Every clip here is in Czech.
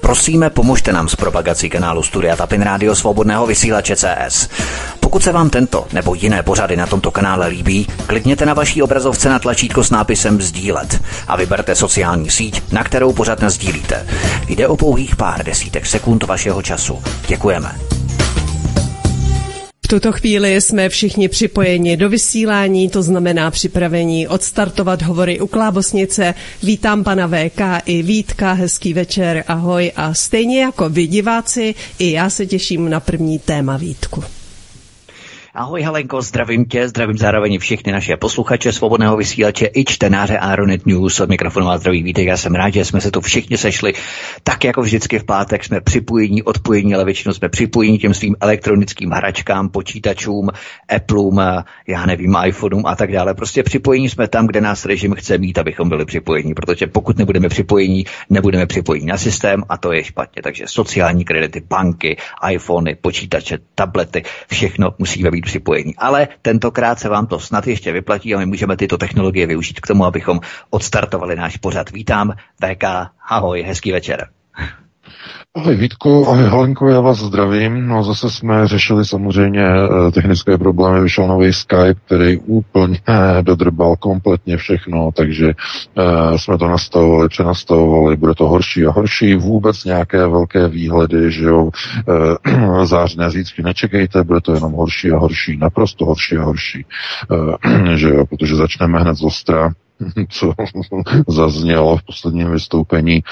Prosíme, pomožte nám s propagací kanálu Studia Tapin Rádio Svobodného vysílače CS. Pokud se vám tento nebo jiné pořady na tomto kanále líbí, klikněte na vaší obrazovce na tlačítko s nápisem sdílet a vyberte sociální síť, na kterou pořad nasdílíte. Jde o pouhých pár desítek sekund vašeho času. Děkujeme. V tuto chvíli jsme všichni připojeni do vysílání, to znamená připravení odstartovat hovory u Klábosnice. Vítám pana VK i Vítka, hezký večer, ahoj, a stejně jako vy diváci, i já se těším na první téma, Vítku. Ahoj Helenko, zdravím tě, zdravím zároveň všechny naše posluchače Svobodného vysílače i čtenáře Aeronet News. Od mikrofonu a zdraví Vítek, já jsem rád, že jsme se tu všichni sešli. Tak jako vždycky v pátek jsme připojení, odpojení, ale většinou jsme připojení těm svým elektronickým hračkám, počítačům, Appleům, já nevím, iPhoneům a tak dále. Prostě připojení jsme tam, kde nás režim chce mít, abychom byli připojení, protože pokud nebudeme připojení, nebudeme připojení na systém a to je špatně. Takže sociální kredity, banky, iPhony, počítače, tablety, všechno musíme být připojení. Ale tentokrát se vám to snad ještě vyplatí a my můžeme tyto technologie využít k tomu, abychom odstartovali náš pořad. Vítám, VK, ahoj, hezký večer. Ahoj Vítku, ahoj Helenko, já vás zdravím. No zase jsme řešili samozřejmě technické problémy, vyšel nový Skype, který úplně dodrbal kompletně všechno, takže jsme to nastavovali, přenastavovali, bude to horší a horší, vůbec nějaké velké výhledy, že jo, zářné zítřky nečekejte, bude to jenom horší a horší, naprosto horší a horší, že jo, protože začneme hned z ostra, co zaznělo v posledním vystoupení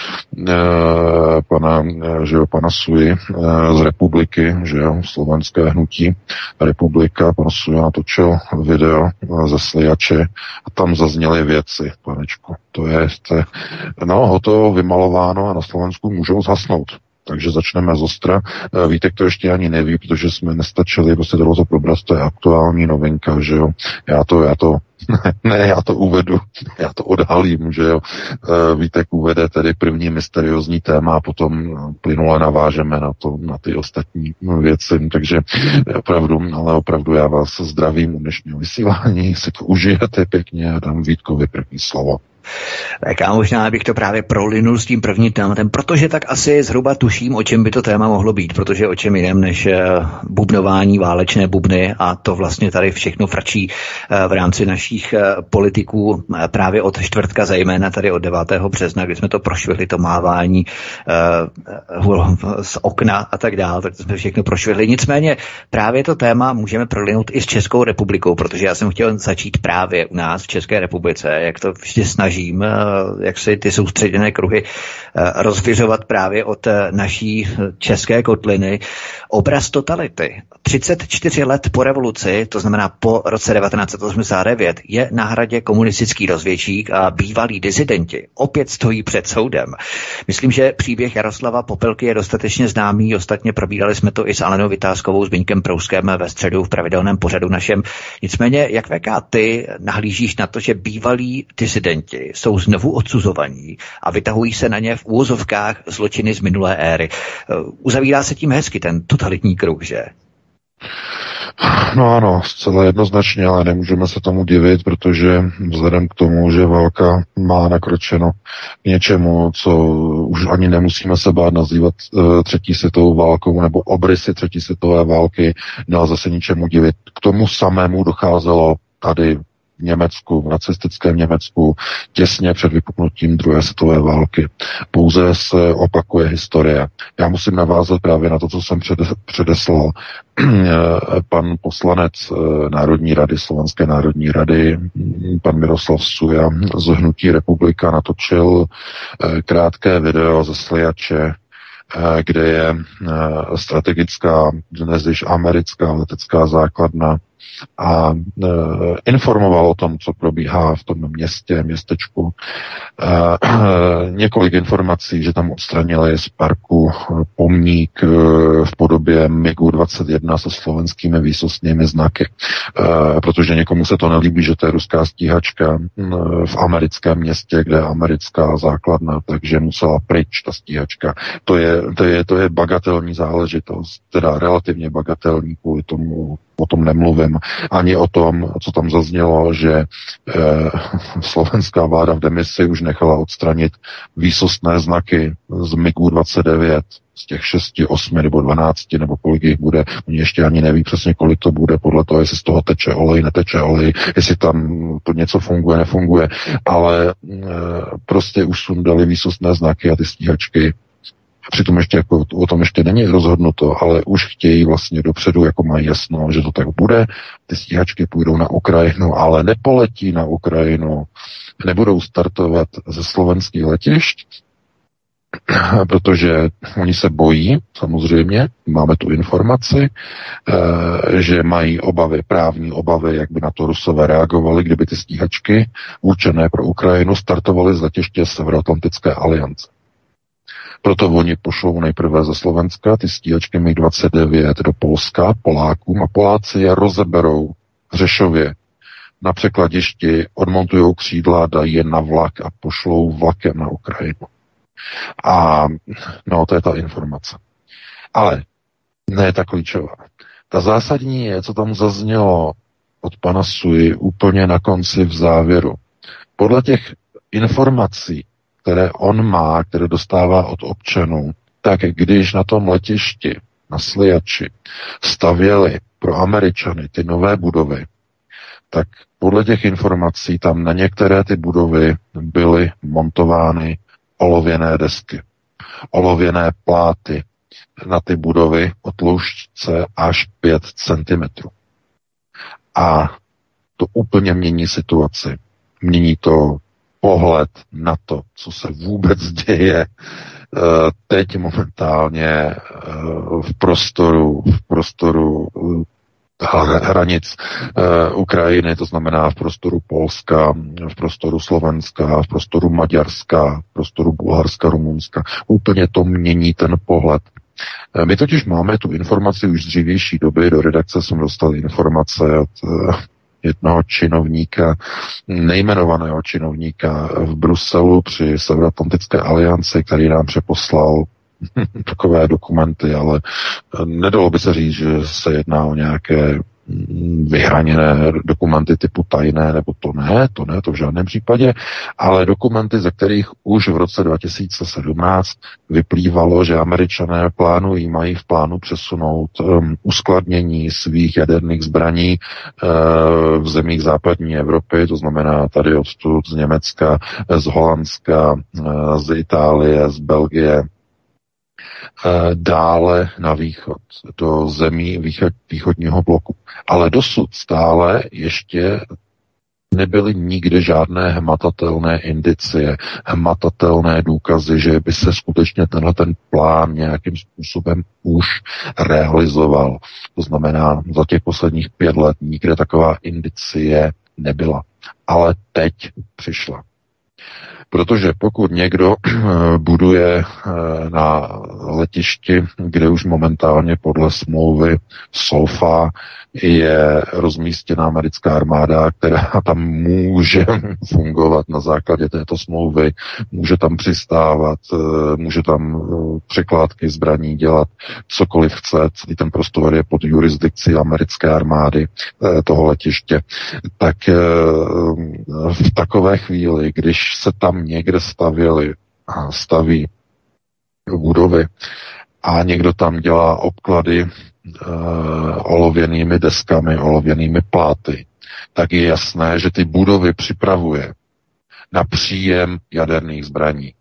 pana Suji z Republiky, že jo, slovenské hnutí Republika, pan Suja natočil video ze Sliače a tam zazněly věci, panečku. To je hotovo, vymalováno a na Slovensku můžou zhasnout. Takže začneme z ostra. Vítek to ještě ani neví, protože jsme nestačili prostě to probrat, to je aktuální novinka, že jo. Já to uvedu, já to odhalím, že jo. Vítek uvede tedy první mysteriózní téma a potom plynule navážeme na ty ostatní věci. Takže opravdu já vás zdravím u dnešního vysílání, si to užijete pěkně a dám Vítkovi první slovo. Tak já možná bych to právě prolinul s tím prvním tématem, protože tak asi zhruba tuším, o čem by to téma mohlo být, protože o čem jiném než bubnování, válečné bubny a to vlastně tady všechno frčí v rámci našich politiků právě od čtvrtka, zejména tady od 9. března, kdy jsme to prošvihli, to mávání z okna a tak dále, tak to jsme všechno prošvihli. Nicméně právě to téma můžeme prolinout i s Českou republikou, protože já jsem chtěl začít právě u nás v České republice, jak to vždy snažím, jak si ty soustředěné kruhy rozvěřovat právě od naší české kotliny. Obraz totality. 34 let po revoluci, to znamená po roce 1989, je na Hradě komunistický rozvědčík a bývalí disidenti opět stojí před soudem. Myslím, že příběh Jaroslava Popelky je dostatečně známý, ostatně probírali jsme to i s Alenou Vytázkovou, s Zbyňkem Prouskem ve středu v pravidelném pořadu našem. Nicméně, jak VK ty nahlížíš na to, že bývalí disidenti jsou znovu odsuzovaní a vytahují se na ně v úvozovkách zločiny z minulé éry. Uzavírá se tím hezky ten totalitní kruh, že? No ano, zcela jednoznačně, ale nemůžeme se tomu divit, protože vzhledem k tomu, že válka má nakročeno k něčemu, co už ani nemusíme se bát nazývat třetí světovou válkou nebo obrysy třetí světové války, nelze se ničemu divit. K tomu samému docházelo tady v Německu, v nacistickém Německu, těsně před vypuknutím druhé světové války. Pouze se opakuje historie. Já musím navázat právě na to, co jsem předeslal. Pan poslanec Národní rady, Slovenské národní rady, pan Miroslav Suja z hnutí Republika natočil krátké video ze Sliače, kde je strategická, dnes již americká letecká základna a informoval o tom, co probíhá v tom městečku. Několik informací, že tam odstranili z parku pomník v podobě MiG-21 se slovenskými výsostnými znaky. Protože někomu se to nelíbí, že to je ruská stíhačka v americkém městě, kde je americká základna, takže musela pryč ta stíhačka. To je bagatelní záležitost, teda relativně bagatelní kvůli o tom nemluvím. Ani o tom, co tam zaznělo, že slovenská vláda v demisi už nechala odstranit výsostné znaky z MiGu 29, z těch 6, 8 nebo 12, nebo kolik jich bude. Oni ještě ani neví přesně, kolik to bude, podle toho, jestli z toho teče olej, neteče olej, jestli tam to něco funguje, nefunguje. Ale prostě už sundali výsostné znaky a ty stíhačky. Přitom ještě jako o tom ještě není rozhodnuto, ale už chtějí vlastně dopředu, jako mají jasno, že to tak bude. Ty stíhačky půjdou na Ukrajinu, ale nepoletí na Ukrajinu, nebudou startovat ze slovenských letišť, protože oni se bojí, samozřejmě, máme tu informaci, že mají obavy, právní obavy, jak by na to Rusové reagovali, kdyby ty stíhačky určené pro Ukrajinu startovaly z letiště Severoatlantické aliance. Proto oni pošlou nejprve ze Slovenska ty stíhačky MiG-29 do Polska, Polákům, a Poláci je rozeberou v Řešově na překladišti, odmontujou křídla, dají je na vlak a pošlou vlakem na Ukrajinu. A no, to je ta informace. Ale ne je ta klíčová. Ta zásadní je, co tam zaznělo od pana Sui úplně na konci v závěru. Podle těch informací, které on má, které dostává od občanů, tak když na tom letišti, na Sliači, stavěli pro Američany ty nové budovy, tak podle těch informací tam na některé ty budovy byly montovány olověné desky, olověné pláty na ty budovy o tloušťce až 5 cm. A to úplně mění situaci. Mění to pohled na to, co se vůbec děje teď momentálně v prostoru hranic Ukrajiny, to znamená v prostoru Polska, v prostoru Slovenska, v prostoru Maďarska, v prostoru Bulharska, Rumunska. Úplně to mění ten pohled. My totiž máme tu informaci už z dřívější doby, do redakce jsem dostal informace od jednoho činovníka, nejmenovaného činovníka v Bruselu při Severoatlantické alianci, který nám přeposlal takové dokumenty, ale nedalo by se říct, že se jedná o nějaké vyhraněné dokumenty typu tajné, nebo to v žádném případě, ale dokumenty, ze kterých už v roce 2017 vyplývalo, že Američané mají v plánu přesunout uskladnění svých jaderných zbraní v zemích západní Evropy, to znamená tady odtud z Německa, z Holandska, z Itálie, z Belgie, dále na východ, do zemí východního bloku. Ale dosud stále ještě nebyly nikde žádné hmatatelné indicie, hmatatelné důkazy, že by se skutečně ten plán nějakým způsobem už realizoval. To znamená, za těch posledních 5 let nikde taková indicie nebyla. Ale teď přišla. Protože pokud někdo buduje na letišti, kde už momentálně podle smlouvy SOFA je rozmístěna americká armáda, která tam může fungovat na základě této smlouvy, může tam přistávat, může tam překládky zbraní dělat, cokoliv chce, celý ten prostor je pod jurisdikcí americké armády toho letiště, tak v takové chvíli, když se tam někde staví budovy a někdo tam dělá obklady olověnými deskami, olověnými pláty, tak je jasné, že ty budovy připravuje na příjem jaderných zbraní.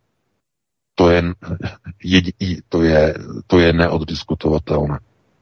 To je neoddiskutovatelné.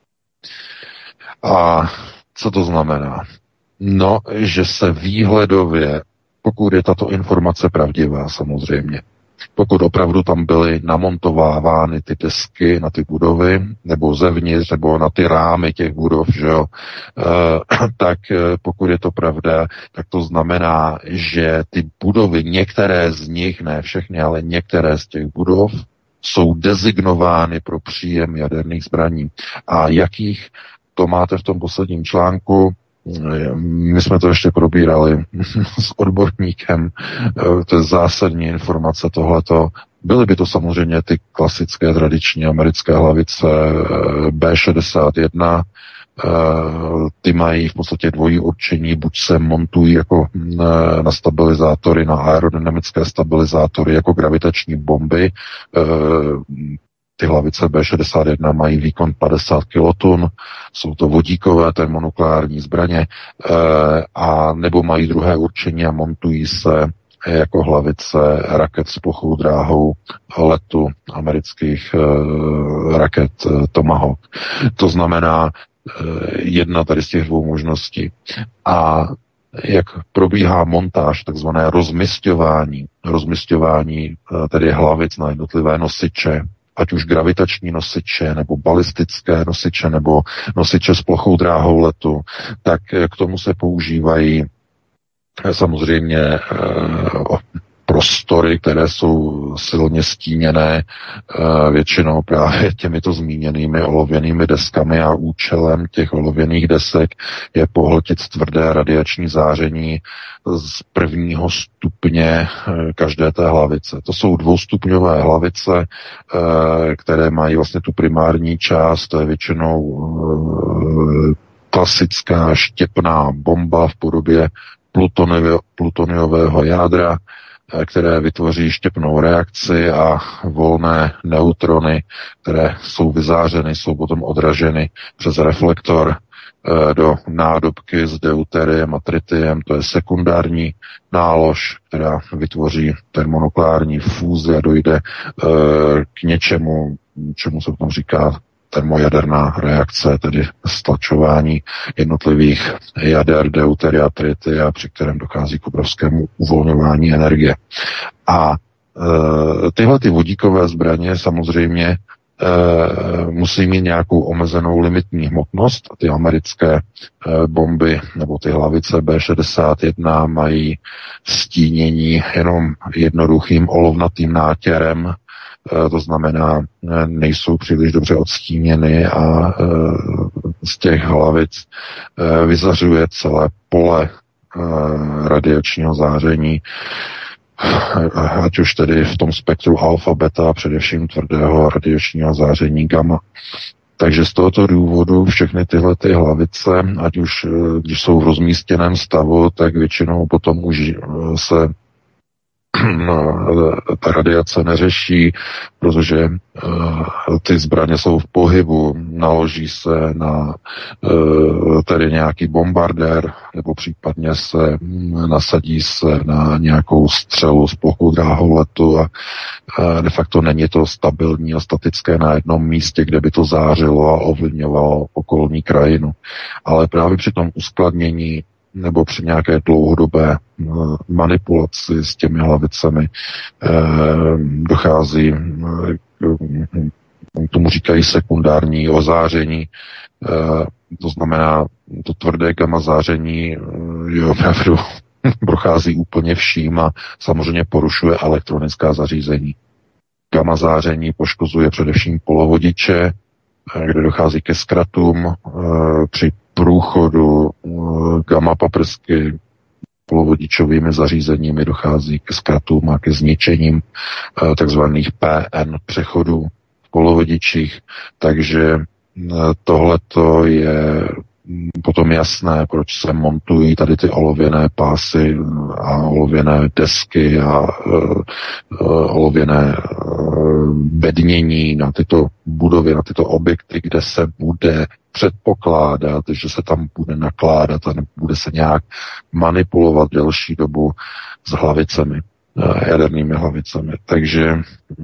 A co to znamená? No, že se výhledově, pokud je tato informace pravdivá samozřejmě, pokud opravdu tam byly namontovávány ty desky na ty budovy, nebo zevnitř, nebo na ty rámy těch budov, že jo, tak pokud je to pravda, tak to znamená, že ty budovy, některé z nich, ne všechny, ale některé z těch budov, jsou designovány pro příjem jaderných zbraní. A jakých, to máte v tom posledním článku, my jsme to ještě probírali s odborníkem, to je zásadní informace tohleto. Byly by to samozřejmě ty klasické tradiční americké hlavice B-61, Ty mají v podstatě dvojí určení, buď se montují jako na stabilizátory, na aerodynamické stabilizátory, jako gravitační bomby. Ty hlavice B-61 mají výkon 50 kilotun, jsou to vodíkové termonukleární zbraně, a nebo mají druhé určení a montují se jako hlavice raket s plochou dráhou letu amerických raket Tomahawk. To znamená jedna tady z těch dvou možností. A jak probíhá montáž, takzvané rozmisťování tedy hlavic na jednotlivé nosiče, ať už gravitační nosiče, nebo balistické nosiče, nebo nosiče s plochou dráhou letu, tak k tomu se používají samozřejmě prostory, které jsou silně stíněné většinou právě těmito zmíněnými olověnými deskami a účelem těch olověných desek je pohltit tvrdé radiační záření z prvního stupně každé té hlavice. To jsou dvoustupňové hlavice, které mají vlastně tu primární část, to je většinou klasická štěpná bomba v podobě plutoniového jádra, které vytvoří štěpnou reakci a volné neutrony, které jsou vyzářeny, jsou potom odraženy přes reflektor do nádobky s deuteriem a tritiem, to je sekundární nálož, která vytvoří termonukleární fúzi a dojde k něčemu, čemu se potom říká termojaderná reakce, tedy stlačování jednotlivých jader deuteria a tritia, při kterém dochází k obrovskému uvolňování energie. A tyhle ty vodíkové zbraně samozřejmě musí mít nějakou omezenou limitní hmotnost. Ty americké bomby nebo ty hlavice B-61 mají stínění jenom jednoduchým olovnatým nátěrem, to znamená, nejsou příliš dobře odstíněny a z těch hlavic vyzařuje celé pole radiačního záření, ať už tedy v tom spektru alfa, beta, především tvrdého radiačního záření gamma. Takže z tohoto důvodu všechny tyhle ty hlavice, ať už když jsou v rozmístěném stavu, tak většinou potom už se ta radiace neřeší, protože ty zbraně jsou v pohybu, naloží se na tedy nějaký bombardér, nebo případně se nasadí se na nějakou střelu s plochou dráhou letu a de facto není to stabilní a statické na jednom místě, kde by to zářilo a ovlivňovalo okolní krajinu. Ale právě při tom uskladnění nebo při nějaké dlouhodobé manipulaci s těmi hlavicemi dochází k tomu říkají sekundární ozáření, to znamená to tvrdé gamma záření je opravdu prochází úplně vším a samozřejmě porušuje elektronická zařízení. Gamma záření poškozuje především polovodiče, kde dochází ke zkratům při průchodu gamma paprsky polovodičovými zařízeními dochází ke zkratům a ke zničením takzvaných PN přechodů v polovodičích, takže tohleto je potom jasné, proč se montují tady ty olověné pásy a olověné desky a olověné bednění na tyto budovy, na tyto objekty, kde se bude předpokládat, že se tam bude nakládat a bude se nějak manipulovat delší dobu s hlavicemi, jadernými hlavicemi. Takže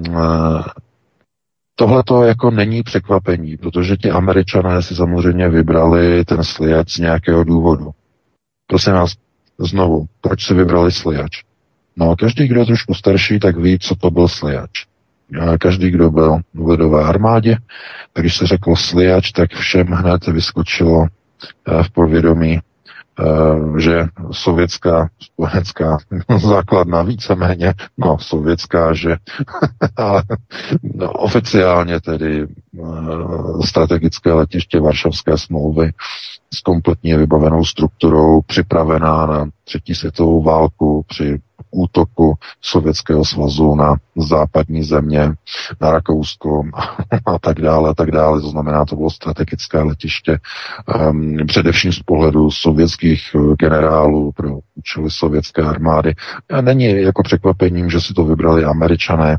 tohle to jako není překvapení, protože ti Američané si samozřejmě vybrali ten sliač z nějakého důvodu. Prosím vás, znovu, proč si vybrali sliač? No, každý, kdo je trošku starší, tak ví, co to byl sliač. Každý, kdo byl v lidové armádě, tak když se řeklo sliač, tak všem hned vyskočilo v povědomí, že sovětská spojenecká základna víceméně, no sovětská, že ale no, oficiálně tedy strategické letiště Varšavské smlouvy s kompletně vybavenou strukturou, připravená na třetí světovou válku při útoku Sovětského svazu na západní země, na Rakousko a tak dále, a tak dále. To znamená, to bylo strategické letiště, především z pohledu sovětských generálů pro účely sovětské armády. A není jako překvapením, že si to vybrali Američané,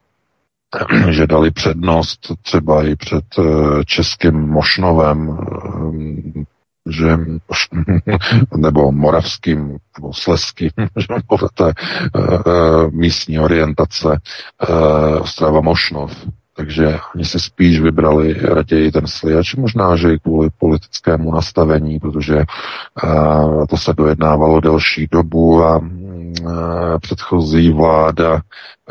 že dali přednost třeba i před českým Mošnovem, že, nebo moravským, nebo slezským, že podle té místní orientace Ostrava Mošnov. Takže oni si spíš vybrali raději ten Sliač, možná, že i kvůli politickému nastavení, protože to se dojednávalo delší dobu a předchozí vláda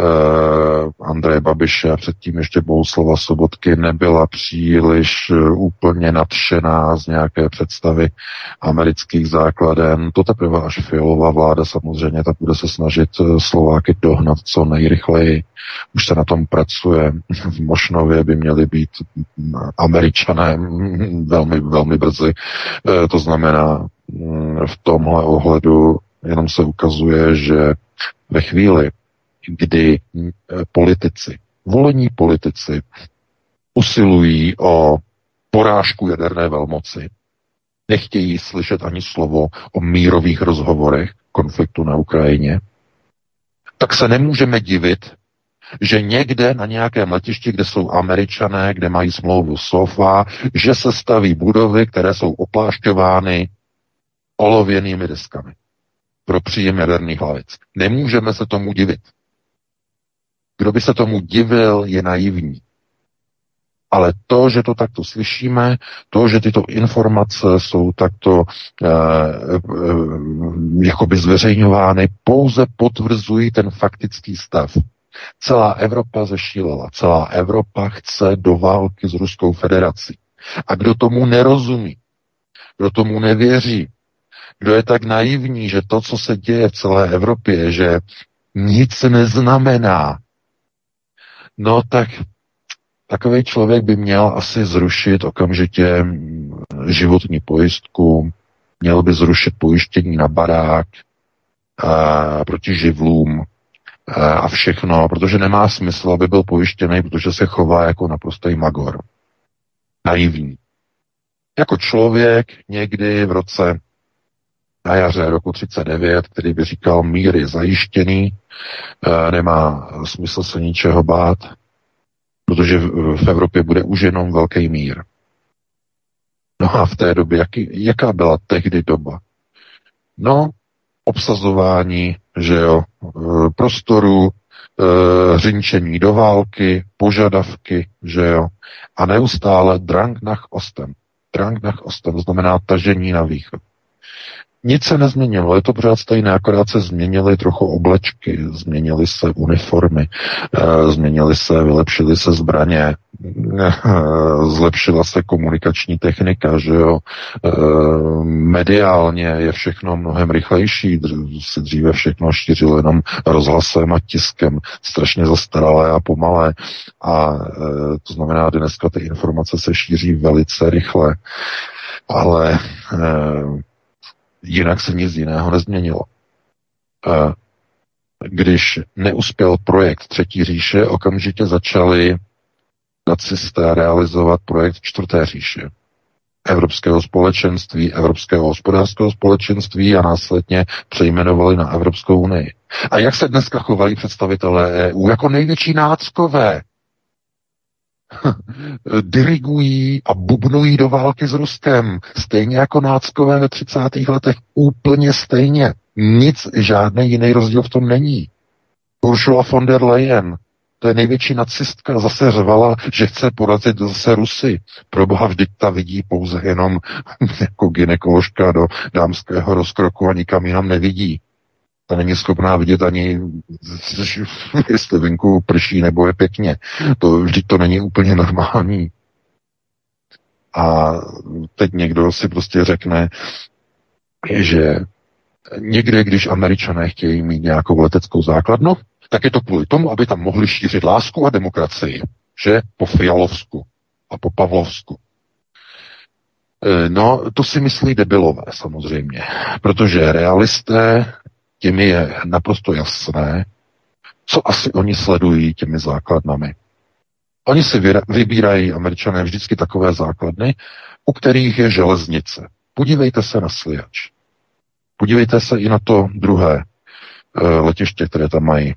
Andreje Babiše a předtím ještě Bohuslava Sobotky nebyla příliš úplně nadšená z nějaké představy amerických základen. To teprve až Fialová vláda samozřejmě, ta bude se snažit Slováky dohnat co nejrychleji. Už se na tom pracuje. V Mošnově by měli být Američané velmi, velmi brzy. To znamená, v tomhle ohledu jenom se ukazuje, že ve chvíli, kdy politici, volení politici usilují o porážku jaderné velmoci, nechtějí slyšet ani slovo o mírových rozhovorech konfliktu na Ukrajině, tak se nemůžeme divit, že někde na nějakém letišti, kde jsou Američané, kde mají smlouvu SOFA, že se staví budovy, které jsou oplášťovány olověnými deskami pro příjem jaderných hlavic. Nemůžeme se tomu divit. Kdo by se tomu divil, je naivní. Ale to, že to takto slyšíme, to, že tyto informace jsou takto jakoby zveřejňovány, pouze potvrzují ten faktický stav. Celá Evropa zešílela. Celá Evropa chce do války s Ruskou federací. A kdo tomu nerozumí, kdo tomu nevěří, kdo je tak naivní, že to, co se děje v celé Evropě, že nic neznamená, no tak takový člověk by měl asi zrušit okamžitě životní pojistku, měl by zrušit pojištění na barák proti živlům a všechno, protože nemá smysl, aby byl pojištěný, protože se chová jako naprostý magor. Naivní. Jako člověk někdy v roce na jaře roku 39, který by říkal, mír je zajištěný, nemá smysl se ničeho bát, protože v Evropě bude už jenom velký mír. No a v té době, jaká byla tehdy doba? No, obsazování, že jo, prostoru, řinčení do války, požadavky, že jo, a neustále Drang nach Osten. Drang nach Osten, to znamená tažení na východ. Nic se nezměnilo, je to pořád stejné, akorát se změnily trochu oblečky, změnily se uniformy, vylepšily se zbraně, zlepšila se komunikační technika, že jo, mediálně je všechno mnohem rychlejší, se dříve všechno šířilo jenom rozhlasem a tiskem, strašně zastaralé a pomalé a to znamená, že dneska ty informace se šíří velice rychle, ale jinak se nic jiného nezměnilo. Když neuspěl projekt Třetí říše, okamžitě začali nacisté realizovat projekt Čtvrté říše. Evropského společenství, Evropského hospodářského společenství a následně přejmenovali na Evropskou unii. A jak se dneska chovají představitelé EU? Jako největší náckové. Dirigují a bubnují do války s Ruskem. Stejně jako náckové ve 30. letech. Úplně stejně. Nic, žádný jiný rozdíl v tom není. Ursula von der Leyen, to je největší nacistka, zase řvala, že chce porazit zase Rusy. Proboha, vždyť ta vidí pouze jenom jako gynekoložka do dámského rozkroku a nikam jinam nevidí. Ta není schopná vidět ani, jestli venku prší nebo je pěkně. Vždyť to není úplně normální. A teď někdo si prostě řekne, že někde, když Američané chtějí mít nějakou leteckou základnu, tak je to kvůli tomu, aby tam mohli šířit lásku a demokracii. Že? Po fialovsku. a po Pavlovsku. No, to si myslí debilové samozřejmě, protože realisté, těm je naprosto jasné, co asi oni sledují těmi základnami. Oni si vybírají, Američané, vždycky takové základny, u kterých je železnice. Podívejte se na Sliač. Podívejte se i na to druhé letiště, které tam mají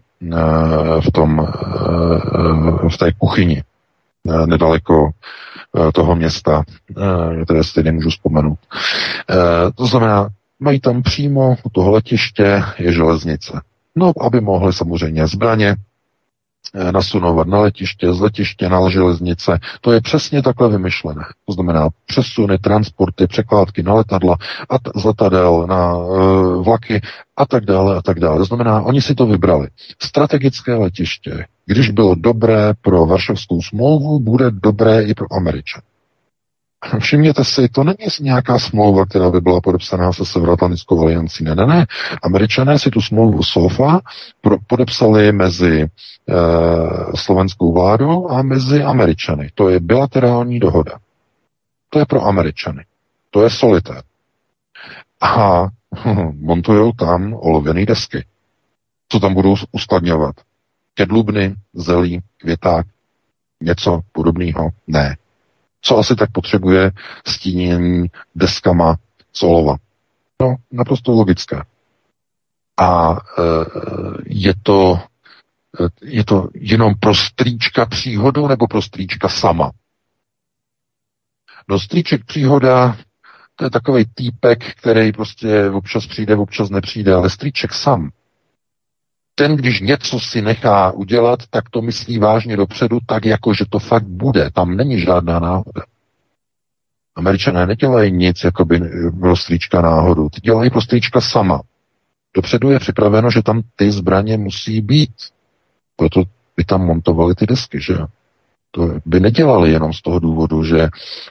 v té kuchyni, nedaleko toho města, které si nemůžu vzpomenout. To znamená, mají tam přímo u toho letiště je železnice. No, aby mohli samozřejmě zbraně nasunovat na letiště, z letiště na železnice. To je přesně takhle vymyšlené. To znamená přesuny, transporty, překládky na letadla, z letadel na vlaky a tak dále a tak dále. To znamená, oni si to vybrali. Strategické letiště, když bylo dobré pro Varšavskou smlouvu, bude dobré i pro Američany. Všimněte si, to není nějaká smlouva, která by byla podepsaná se Severoatlantickou aliancí. Ne. Američané si tu smlouvu SOFA podepsali mezi slovenskou vládou a mezi Američany. To je bilaterální dohoda. To je pro Američany. To je solitér. A montujou tam olověné desky. Co tam budou uskladňovat? Kedlubny, zelí, květák, něco podobného? Ne. Co asi tak potřebuje stínění deskama z olova? No, naprosto logické. A je to jenom pro strýčka příhodu nebo pro strýčka sama? No, strýček příhoda, to je takovej týpek, který prostě občas přijde, občas nepřijde, ale strýček sam. Ten, když něco si nechá udělat, tak to myslí vážně dopředu, tak jako, že to fakt bude. Tam není žádná náhoda. Američané nedělají nic, jako by pro strýčka náhodu. Ty dělají pro strýčka sama. Dopředu je připraveno, že tam ty zbraně musí být. Proto by tam montovali ty desky, že? To by nedělali jenom z toho důvodu, že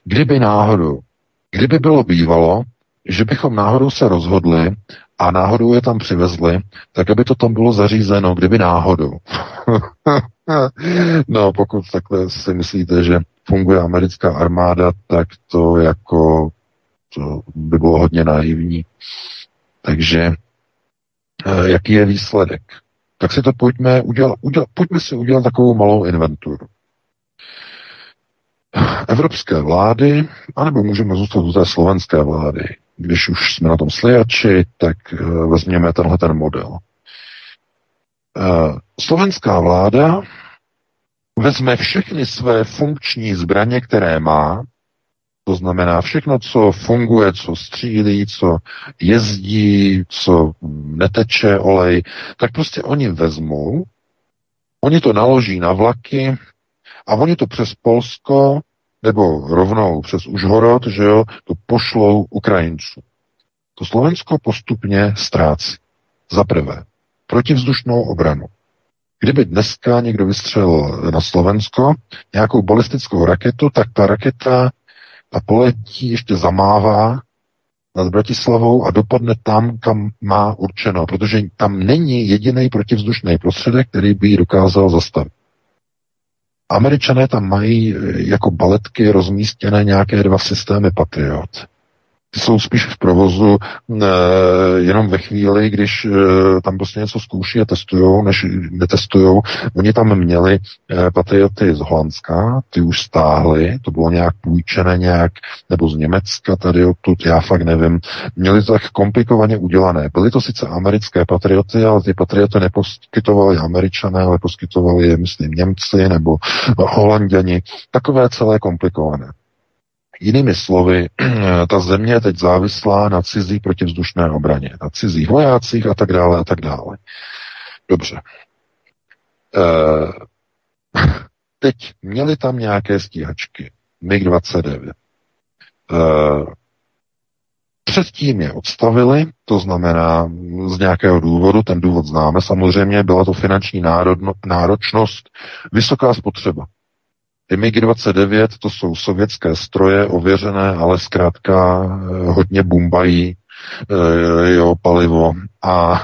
kdyby bylo bývalo, že bychom náhodou se rozhodli a náhodou je tam přivezli, tak aby to tam bylo zařízeno, kdyby náhodou. No, pokud takhle si myslíte, že funguje americká armáda, tak to by bylo hodně naivní. Takže jaký je výsledek? Tak si to pojďme si udělat takovou malou inventuru. Evropské vlády, anebo můžeme zůstat u té slovenské vlády. Když už jsme na tom Sliači, tak vezměme tenhle ten model. Slovenská vláda vezme všechny své funkční zbraně, které má, to znamená všechno, co funguje, co střílí, co jezdí, co neteče olej, tak prostě oni vezmou, oni to naloží na vlaky a oni to přes Polsko nebo rovnou přes Užhorod, že jo, to pošlou Ukrajincům. To Slovensko postupně ztrácí. Za prvé, protivzdušnou obranu. Kdyby dneska někdo vystřelil na Slovensko nějakou balistickou raketu, tak ta raketa poletí, ještě zamává nad Bratislavou a dopadne tam, kam má určeno, protože tam není jediný protivzdušný prostředek, který by ji dokázal zastavit. Američané tam mají jako baletky rozmístěné nějaké 2 systémy Patriot. Ty jsou spíš v provozu jenom ve chvíli, když tam prostě něco zkouší a testujou, než netestujou. Oni tam měli Patrioty z Holandska, ty už stáhli, to bylo nějak půjčené nebo z Německa, tady odtud, já fakt nevím. Měli to tak komplikovaně udělané. Byly to sice americké Patrioty, ale ty Patrioty neposkytovali Američané, ale poskytovali je, myslím, Němci nebo Holanděni. Takové celé komplikované. Jinými slovy, ta země je teď závislá na cizí protivzdušné obraně, na cizích vojácích a tak dále a tak dále. Dobře. Teď měli tam nějaké stíhačky, MiG-29. Předtím je odstavili, to znamená z nějakého důvodu, ten důvod známe samozřejmě, byla to finanční náročnost, vysoká spotřeba. MiG-29, to jsou sovětské stroje, ověřené, ale zkrátka hodně bumbají, palivo a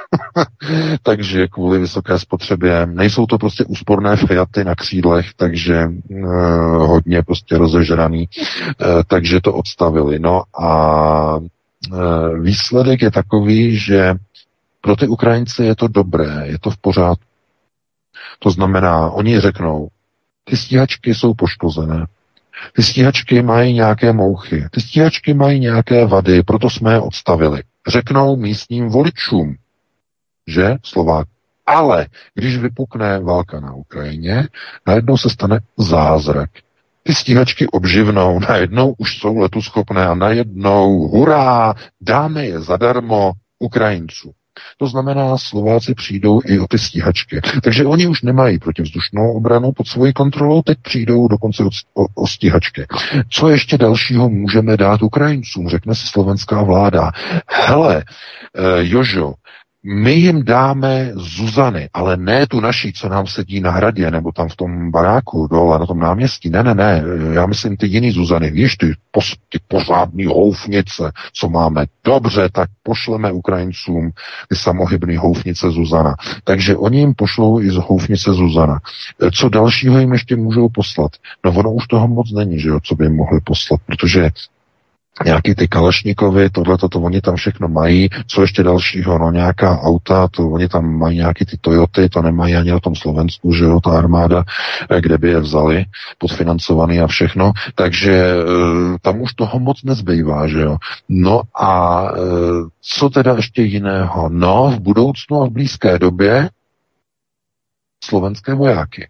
Takže kvůli vysoké spotřebě nejsou to prostě úsporné Fiaty na křídlech, takže hodně prostě rozežraný, takže to odstavili. No a výsledek je takový, že pro ty Ukrajince je to dobré, je to v pořádku. To znamená, oni řeknou, ty stíhačky jsou poškozené, ty stíhačky mají nějaké mouchy, ty stíhačky mají nějaké vady, proto jsme je odstavili. Řeknou místním voličům, že Slovák. Ale když vypukne válka na Ukrajině, najednou se stane zázrak. Ty stíhačky obživnou, najednou už jsou letuschopné a najednou, hurá, dáme je zadarmo Ukrajincům. To znamená, Slováci přijdou i o ty stíhačky. Takže oni už nemají protivzdušnou obranu pod svojí kontrolou, teď přijdou dokonce o stíhačky. Co ještě dalšího můžeme dát Ukrajincům, řekne si slovenská vláda. Hele, Jožo, my jim dáme Zuzany, ale ne tu naší, co nám sedí na hradě, nebo tam v tom baráku dole, na tom náměstí. Ne, já myslím ty jiný Zuzany, víš, ty pořádný houfnice, co máme. Dobře, tak pošleme Ukrajincům ty samohybný houfnice Zuzana. Takže oni jim pošlou i z houfnice Zuzana. Co dalšího jim ještě můžou poslat? No ono už toho moc není, že jo, co by jim mohli poslat, protože nějaký ty Kalašnikovy, tohleto, to oni tam všechno mají. Co ještě dalšího? No nějaká auta, to oni tam mají nějaký ty Toyoty, to nemají ani na tom Slovensku, že jo, ta armáda, kde by je vzali, podfinancovaný a všechno. Takže tam už toho moc nezbývá, že jo. No a co teda ještě jiného? No, v budoucnu a v blízké době slovenské vojáky.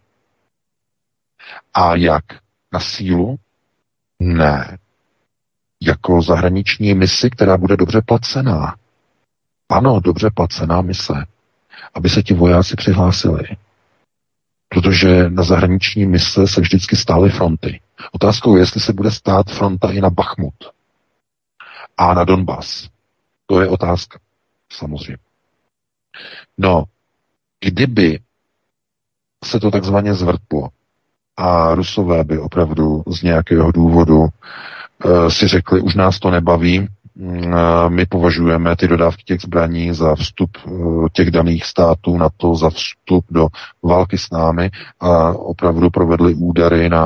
A jak? Na sílu? Ne. Jako zahraniční misi, která bude dobře placená. Ano, dobře placená mise. Aby se ti vojáci přihlásili. Protože na zahraniční mise se vždycky stály fronty. Otázkou je, jestli se bude stát fronta i na Bachmut. A na Donbas. To je otázka. Samozřejmě. No, kdyby se to takzvaně zvrtlo a Rusové by opravdu z nějakého důvodu si řekli, už nás to nebaví, my považujeme ty dodávky těch zbraní za vstup těch daných států na to, za vstup do války s námi a opravdu provedli údary na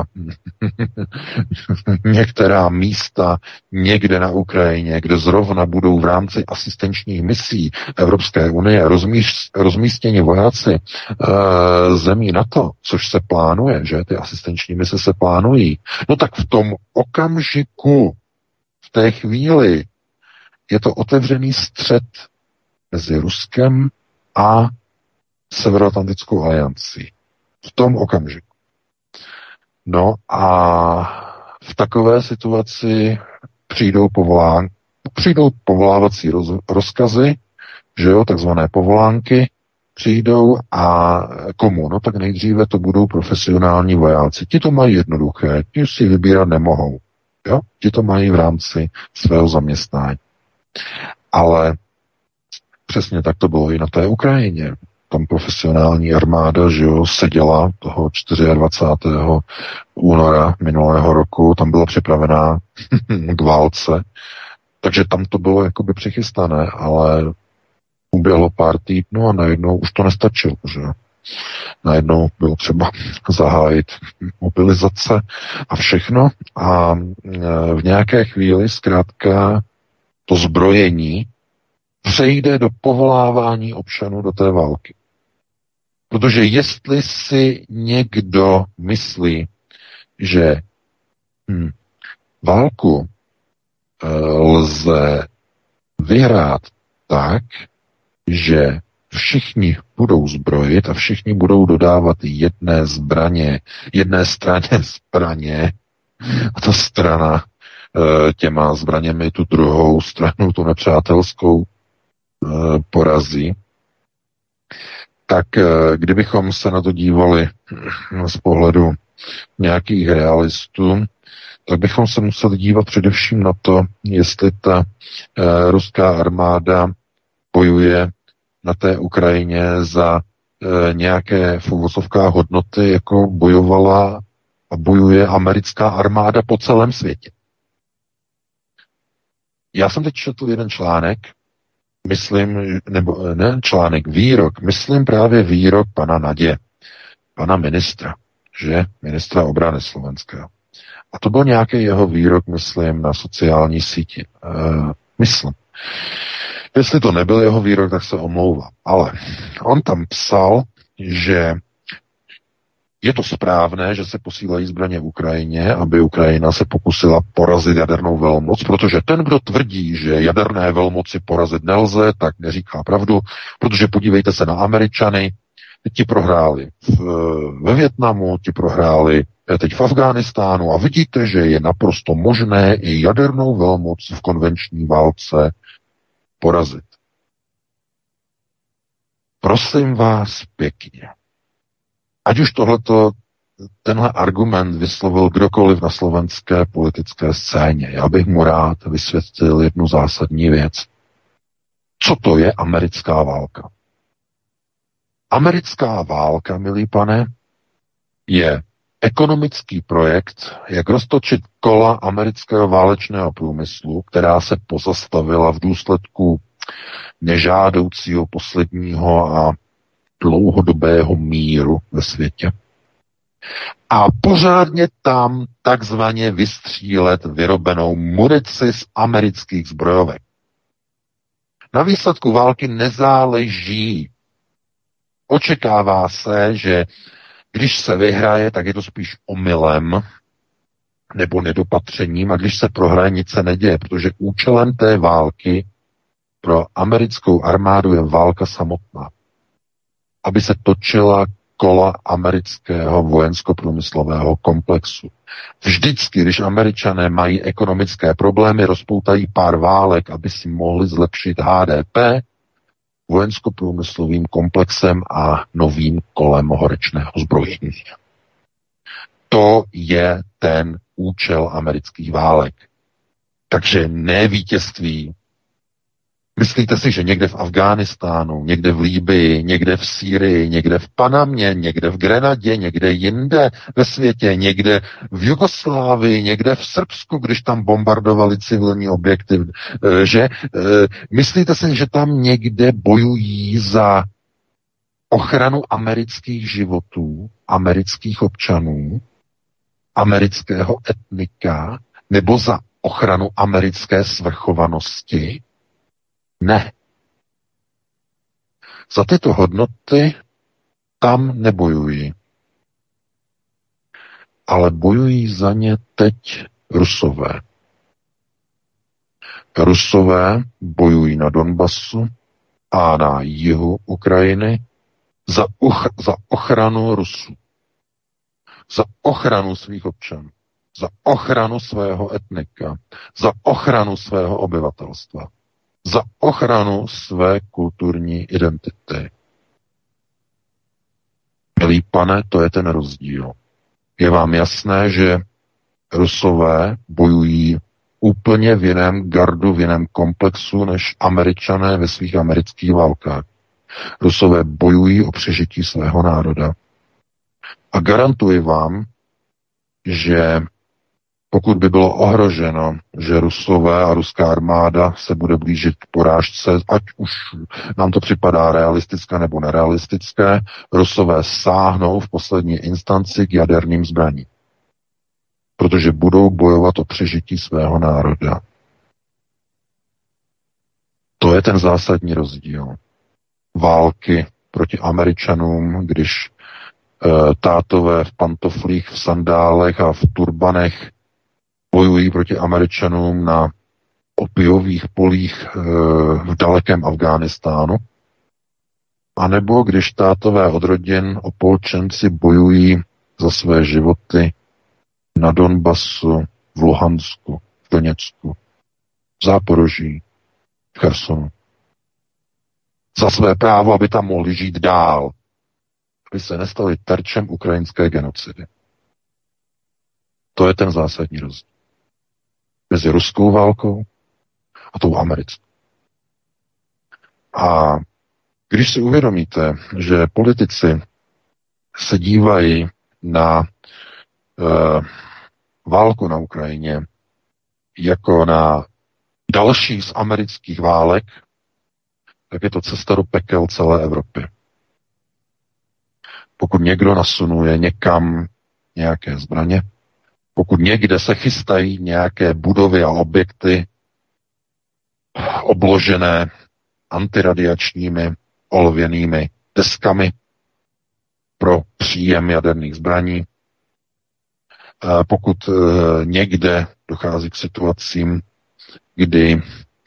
některá místa někde na Ukrajině, kde zrovna budou v rámci asistenčních misí Evropské unie rozmístěni vojáci zemí NATO, což se plánuje, že ty asistenční mise se plánují. No tak v tom okamžiku, v té chvíli, je to otevřený střet mezi Ruskem a Severoatlantickou aliancí. V tom okamžiku. No a v takové situaci přijdou povolávací rozkazy, že jo, takzvané povolánky, přijdou a komu? No tak nejdříve to budou profesionální vojáci. Ti to mají jednoduché, ti si vybírat nemohou. Jo? Ti to mají v rámci svého zaměstnání. Ale přesně tak to bylo i na té Ukrajině. Tam profesionální armáda, že jo, seděla toho 24. února minulého roku, tam byla připravená k válce, takže tam to bylo jakoby přichystané, ale uběhlo pár týdnů a najednou už to nestačilo, že jo. Najednou bylo třeba zahájit mobilizace a všechno a v nějaké chvíli zkrátka to zbrojení přejde do povolávání občanů do té války. Protože jestli si někdo myslí, že válku lze vyhrát tak, že všichni budou zbrojit a všichni budou dodávat jedné straně zbraně a ta strana těma zbraněmi tu druhou stranu, tu nepřátelskou, porazí, tak kdybychom se na to dívali z pohledu nějakých realistů, tak bychom se museli dívat především na to, jestli ta ruská armáda bojuje na té Ukrajině za nějaké v uvozovkách hodnoty, jako bojovala a bojuje americká armáda po celém světě. Já jsem teď četl jeden článek myslím, nebo ne článek, výrok, myslím právě výrok pana Nadě, pana ministra, že? Ministra obrany slovenského. A to byl nějaký jeho výrok, myslím, na sociální síti. Myslím. Jestli to nebyl jeho výrok, tak se omlouvám. Ale on tam psal, že je to správné, že se posílají zbraně v Ukrajině, aby Ukrajina se pokusila porazit jadernou velmoc, protože ten, kdo tvrdí, že jaderné velmoci porazit nelze, tak neříká pravdu, protože podívejte se na Američany, ti prohráli ve Vietnamu, ti prohráli teď v Afghánistánu a vidíte, že je naprosto možné i jadernou velmoc v konvenční válce porazit. Prosím vás pěkně. Ať už tenhle argument vyslovil kdokoliv na slovenské politické scéně, já bych mu rád vysvětlil jednu zásadní věc. Co to je americká válka? Americká válka, milý pane, je ekonomický projekt, jak roztočit kola amerického válečného průmyslu, která se pozastavila v důsledku nežádoucího posledního a dlouhodobého míru ve světě. A pořádně tam takzvaně vystřílet vyrobenou munici z amerických zbrojovek. Na výsledku války nezáleží. Očekává se, že když se vyhraje, tak je to spíš omylem nebo nedopatřením, a když se prohraje, nic se neděje, protože účelem té války pro americkou armádu je válka samotná. Aby se točila kola amerického vojensko-průmyslového komplexu. Vždycky, když Američané mají ekonomické problémy, rozpoutají pár válek, aby si mohli zlepšit HDP, vojensko-průmyslovým komplexem a novým kolem horečného zbrojení. To je ten účel amerických válek. Takže ne vítězství. Myslíte si, že někde v Afghánistánu, někde v Libyi, někde v Sýrii, někde v Panamě, někde v Grenadě, někde jinde ve světě, někde v Jugoslávii, někde v Srbsku, když tam bombardovali civilní objekty, že myslíte si, že tam někde bojují za ochranu amerických životů, amerických občanů, amerického etnika, nebo za ochranu americké svrchovanosti? Ne. Za tyto hodnoty tam nebojují. Ale bojují za ně teď Rusové. Rusové bojují na Donbasu a na jihu Ukrajiny za ochranu Rusů. Za ochranu svých občanů. Za ochranu svého etnika. Za ochranu svého obyvatelstva. Za ochranu své kulturní identity. Milý pane, to je ten rozdíl. Je vám jasné, že Rusové bojují úplně v jiném gardu, v jiném komplexu než Američané ve svých amerických válkách. Rusové bojují o přežití svého národa. A garantuji vám, že pokud by bylo ohroženo, že Rusové a ruská armáda se bude blížit k porážce, ať už nám to připadá realistické nebo nerealistické, Rusové sáhnou v poslední instanci k jaderným zbraním. Protože budou bojovat o přežití svého národa. To je ten zásadní rozdíl. Války proti Američanům, když tátové v pantoflích, v sandálech a v turbanech bojují proti Američanům na opiových polích v dalekém Afghánistánu, anebo když tátové od rodin opolčenci bojují za své životy na Donbasu, v Luhansku, v Doněcku, v Záporoží, v Chersonu. Za své právo, aby tam mohli žít dál, aby se nestali terčem ukrajinské genocidy. To je ten zásadní rozdíl mezi ruskou válkou a tou americkou. A když si uvědomíte, že politici se dívají na válku na Ukrajině jako na další z amerických válek, tak je to cesta do pekel celé Evropy. Pokud někdo nasunuje někam nějaké zbraně, pokud někde se chystají nějaké budovy a objekty obložené antiradiačními olověnými deskami pro příjem jaderných zbraní, pokud někde dochází k situacím, kdy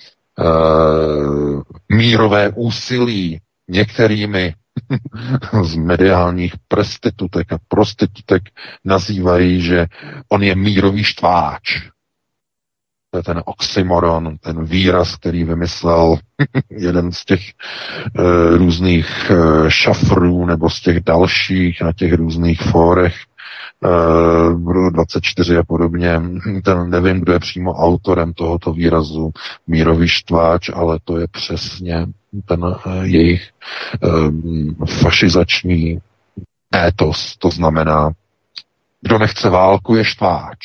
mírové úsilí některými z mediálních prostitutek nazývají, že on je mírový štváč. To je ten oxymoron, ten výraz, který vymyslel jeden z těch různých šafrů nebo z těch dalších na těch různých fórech 24 a podobně. Nevím, kdo je přímo autorem tohoto výrazu mírový štváč, ale to je přesně ten jejich fašizační étos. To znamená, kdo nechce válku, je štváč.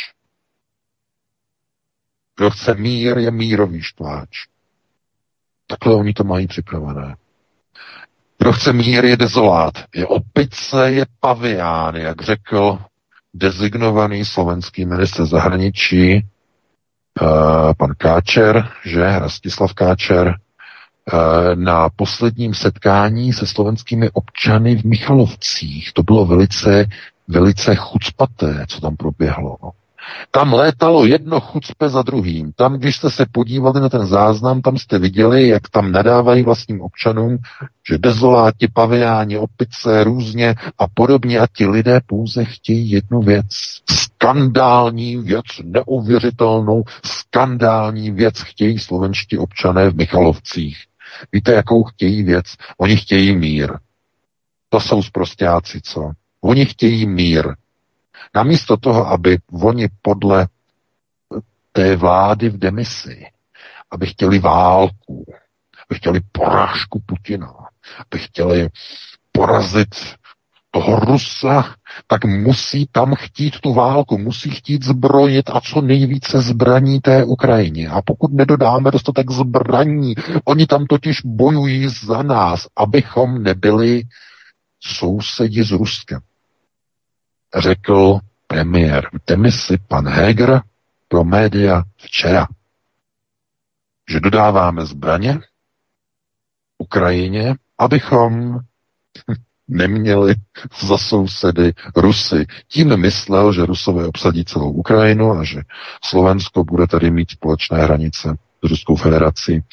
Kdo chce mír, je mírový štváč. Takhle oni to mají připravené. Kdo chce mír, je dezolát. Je opice, je pavián, jak řekl designovaný slovenský ministr zahraničí pan Káčer, že Rastislav Káčer, na posledním setkání se slovenskými občany v Michalovcích. To bylo velice chucpaté, co tam proběhlo. Tam létalo jedno chucpe za druhým. Tam, když jste se podívali na ten záznam, tam jste viděli, jak tam nadávají vlastním občanům, že dezoláti, paviáni, opice, různě a podobně a ti lidé pouze chtějí jednu věc. Skandální věc, neuvěřitelnou skandální věc chtějí slovenští občané v Michalovcích. Víte, jakou chtějí věc? Oni chtějí mír. To jsou sprosťáci, co? Oni chtějí mír. Namísto toho, aby oni podle té vlády v demisi, aby chtěli válku, aby chtěli porážku Putina, aby chtěli porazit toho Rusa, tak musí tam chtít tu válku, musí chtít zbrojit a co nejvíce zbraní té Ukrajině. A pokud nedodáme dostatek zbraní, oni tam totiž bojují za nás, abychom nebyli sousedi s Ruskem. Řekl premiér v demisi pan Heger pro média včera, že dodáváme zbraně Ukrajině, abychom neměli za sousedy Rusy. Tím myslel, že Rusové obsadí celou Ukrajinu a že Slovensko bude tady mít společné hranice s Ruskou federací.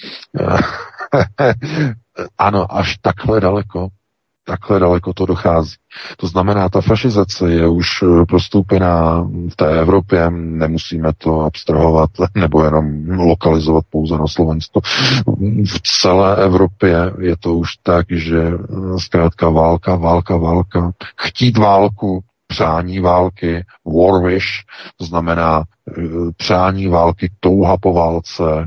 Ano, až takhle daleko to dochází. To znamená, ta fašizace je už prostoupená v té Evropě, nemusíme to abstrahovat nebo jenom lokalizovat pouze na Slovensko. V celé Evropě je to už tak, že zkrátka válka. Chtít válku, přání války, war wish, to znamená přání války, touha po válce,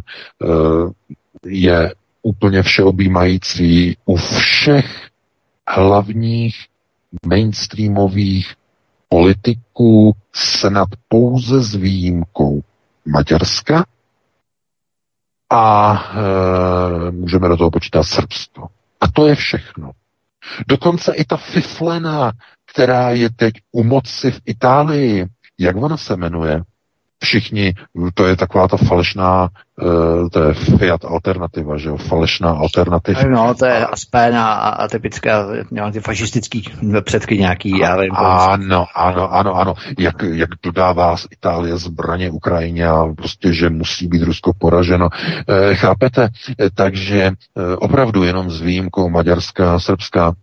je úplně všeobjímající u všech hlavních mainstreamových politiků, snad pouze s výjimkou Maďarska a můžeme do toho počítat Srbsko. A to je všechno. Dokonce i ta fiflena, která je teď u moci v Itálii, jak ona se jmenuje? Všichni, to je taková ta falešná, to je Fiat alternativa, že jo, falešná alternativa. No, to je Aspéna a typická, ty fašistický předky nějaký, já vím. Ano. Jak dodává z Itálie zbraně Ukrajině a prostě, že musí být Rusko poraženo. Chápete? Takže opravdu jenom s výjimkou Maďarska a Srbska,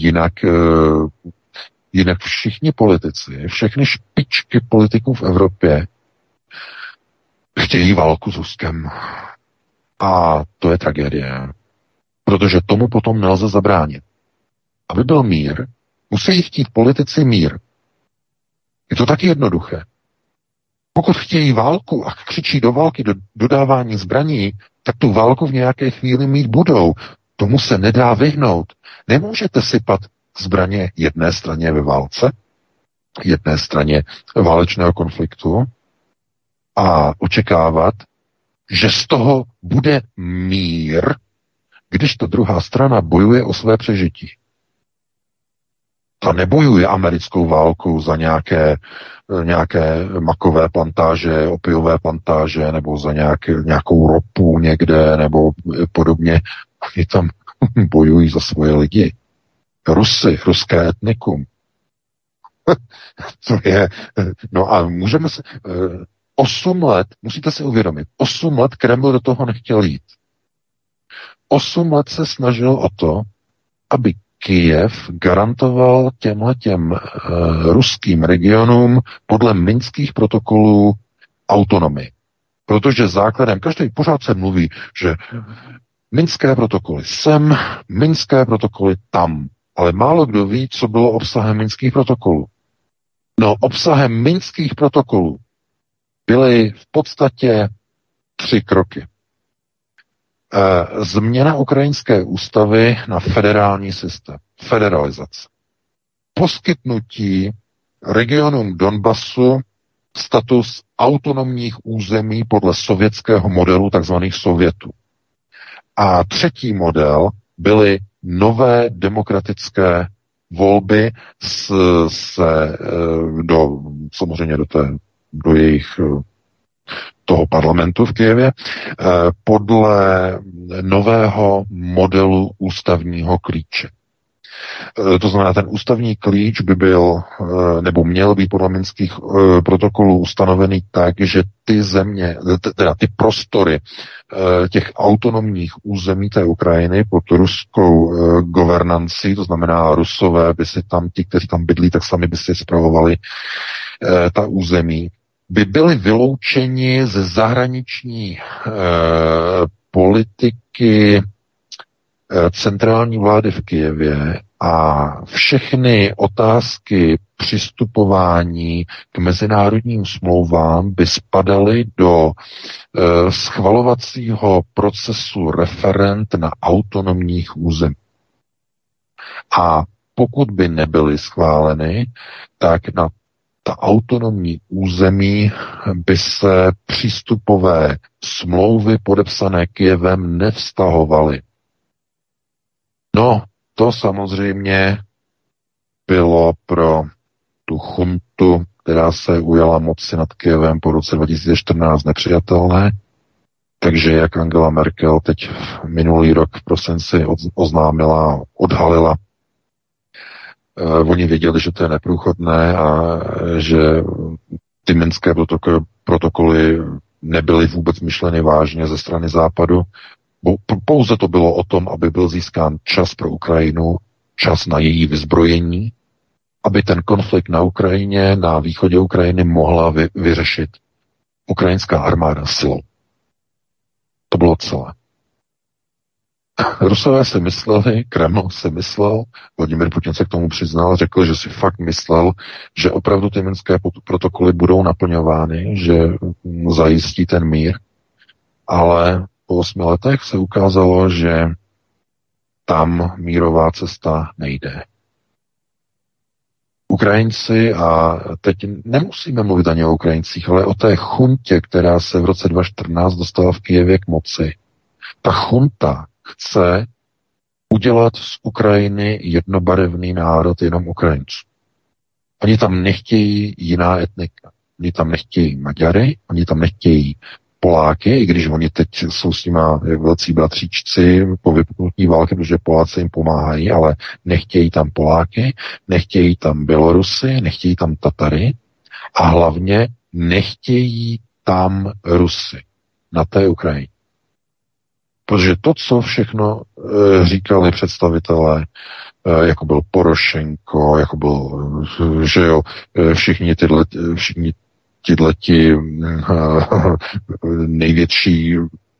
jinak všichni politici, všechny špičky politiků v Evropě chtějí válku s Ruskem. A to je tragédie. Protože tomu potom nelze zabránit. Aby byl mír, musí chtít politici mír. Je to taky jednoduché. Pokud chtějí válku a křičí do války, do dodávání zbraní, tak tu válku v nějaké chvíli mít budou. Tomu se nedá vyhnout. Nemůžete sypat zbraně jedné straně ve válce, jedné straně válečného konfliktu a očekávat, že z toho bude mír když ta druhá strana bojuje o své přežití. Ta nebojuje americkou válku za nějaké makové plantáže, opiové plantáže, nebo za nějakou ropu někde, nebo podobně. Oni tam bojují za svoje lidi. Rusy, ruské etnikum. To je, no a můžeme se, 8 let, musíte si uvědomit, 8 let Kreml do toho nechtěl jít. 8 let se snažil o to, aby Kyjev garantoval těmhletěm ruským regionům podle minských protokolů autonomii. Protože základem, každý pořád se mluví, že minské protokoly sem, minské protokoly tam. Ale málo kdo ví, co bylo obsahem minských protokolů. No, obsahem minských protokolů byly v podstatě 3 kroky. Změna ukrajinské ústavy na federální systém. Federalizace. Poskytnutí regionům Donbasu status autonomních území podle sovětského modelu, takzvaných Sovětů. A 3. model byly nové demokratické volby samozřejmě do jejich toho parlamentu v Kyjevě podle nového modelu ústavního klíče. To znamená, ten ústavní klíč by byl, nebo měl být podle minských protokolů ustanovený tak, že ty země, teda ty prostory těch autonomních území té Ukrajiny pod ruskou governancí, to znamená Rusové by si tam, ti, kteří tam bydlí, tak sami by si spravovali ta území, by byli vyloučeni ze zahraniční politiky centrální vlády v Kyjevě a všechny otázky přistupování k mezinárodním smlouvám by spadaly do schvalovacího procesu referend na autonomních území. A pokud by nebyly schváleny, tak na ta autonomní území by se přístupové smlouvy podepsané Kyjevem nevztahovaly. No, to samozřejmě bylo pro tu chuntu, která se ujala moci nad Kyjevem po roce 2014 nepřijatelné. Takže jak Angela Merkel teď minulý rok v prosinci oznámila, odhalila, oni věděli, že to je neprůchodné a že ty minské protokoly nebyly vůbec myšleny vážně ze strany Západu. Pouze to bylo o tom, aby byl získán čas pro Ukrajinu, čas na její vyzbrojení, aby ten konflikt na Ukrajině, na východě Ukrajiny mohla vyřešit ukrajinská armáda silou. To bylo celé. Rusové si mysleli, Kreml si myslel, Vladimir Putin se k tomu přiznal, řekl, že si fakt myslel, že opravdu ty minské protokoly budou naplňovány, že zajistí ten mír, ale po 8 letech se ukázalo, že tam mírová cesta nejde. Ukrajinci, a teď nemusíme mluvit ani o Ukrajincích, ale o té chuntě, která se v roce 2014 dostala v Kyjevě k moci. Ta chunta chce udělat z Ukrajiny jednobarevný národ jenom Ukrajinců. Oni tam nechtějí jiná etnika. Oni tam nechtějí Maďary, oni tam nechtějí Poláky, i když oni teď jsou s nima velcí bratříčci po vypuknutí války, protože Poláci jim pomáhají, ale nechtějí tam Poláky, nechtějí tam Bělorusy, nechtějí tam Tatary a hlavně nechtějí tam Rusy na té Ukrajině. Protože to, co všechno říkali představitelé, jako byl Porošenko, jako byl, že jo, všichni tihleti největší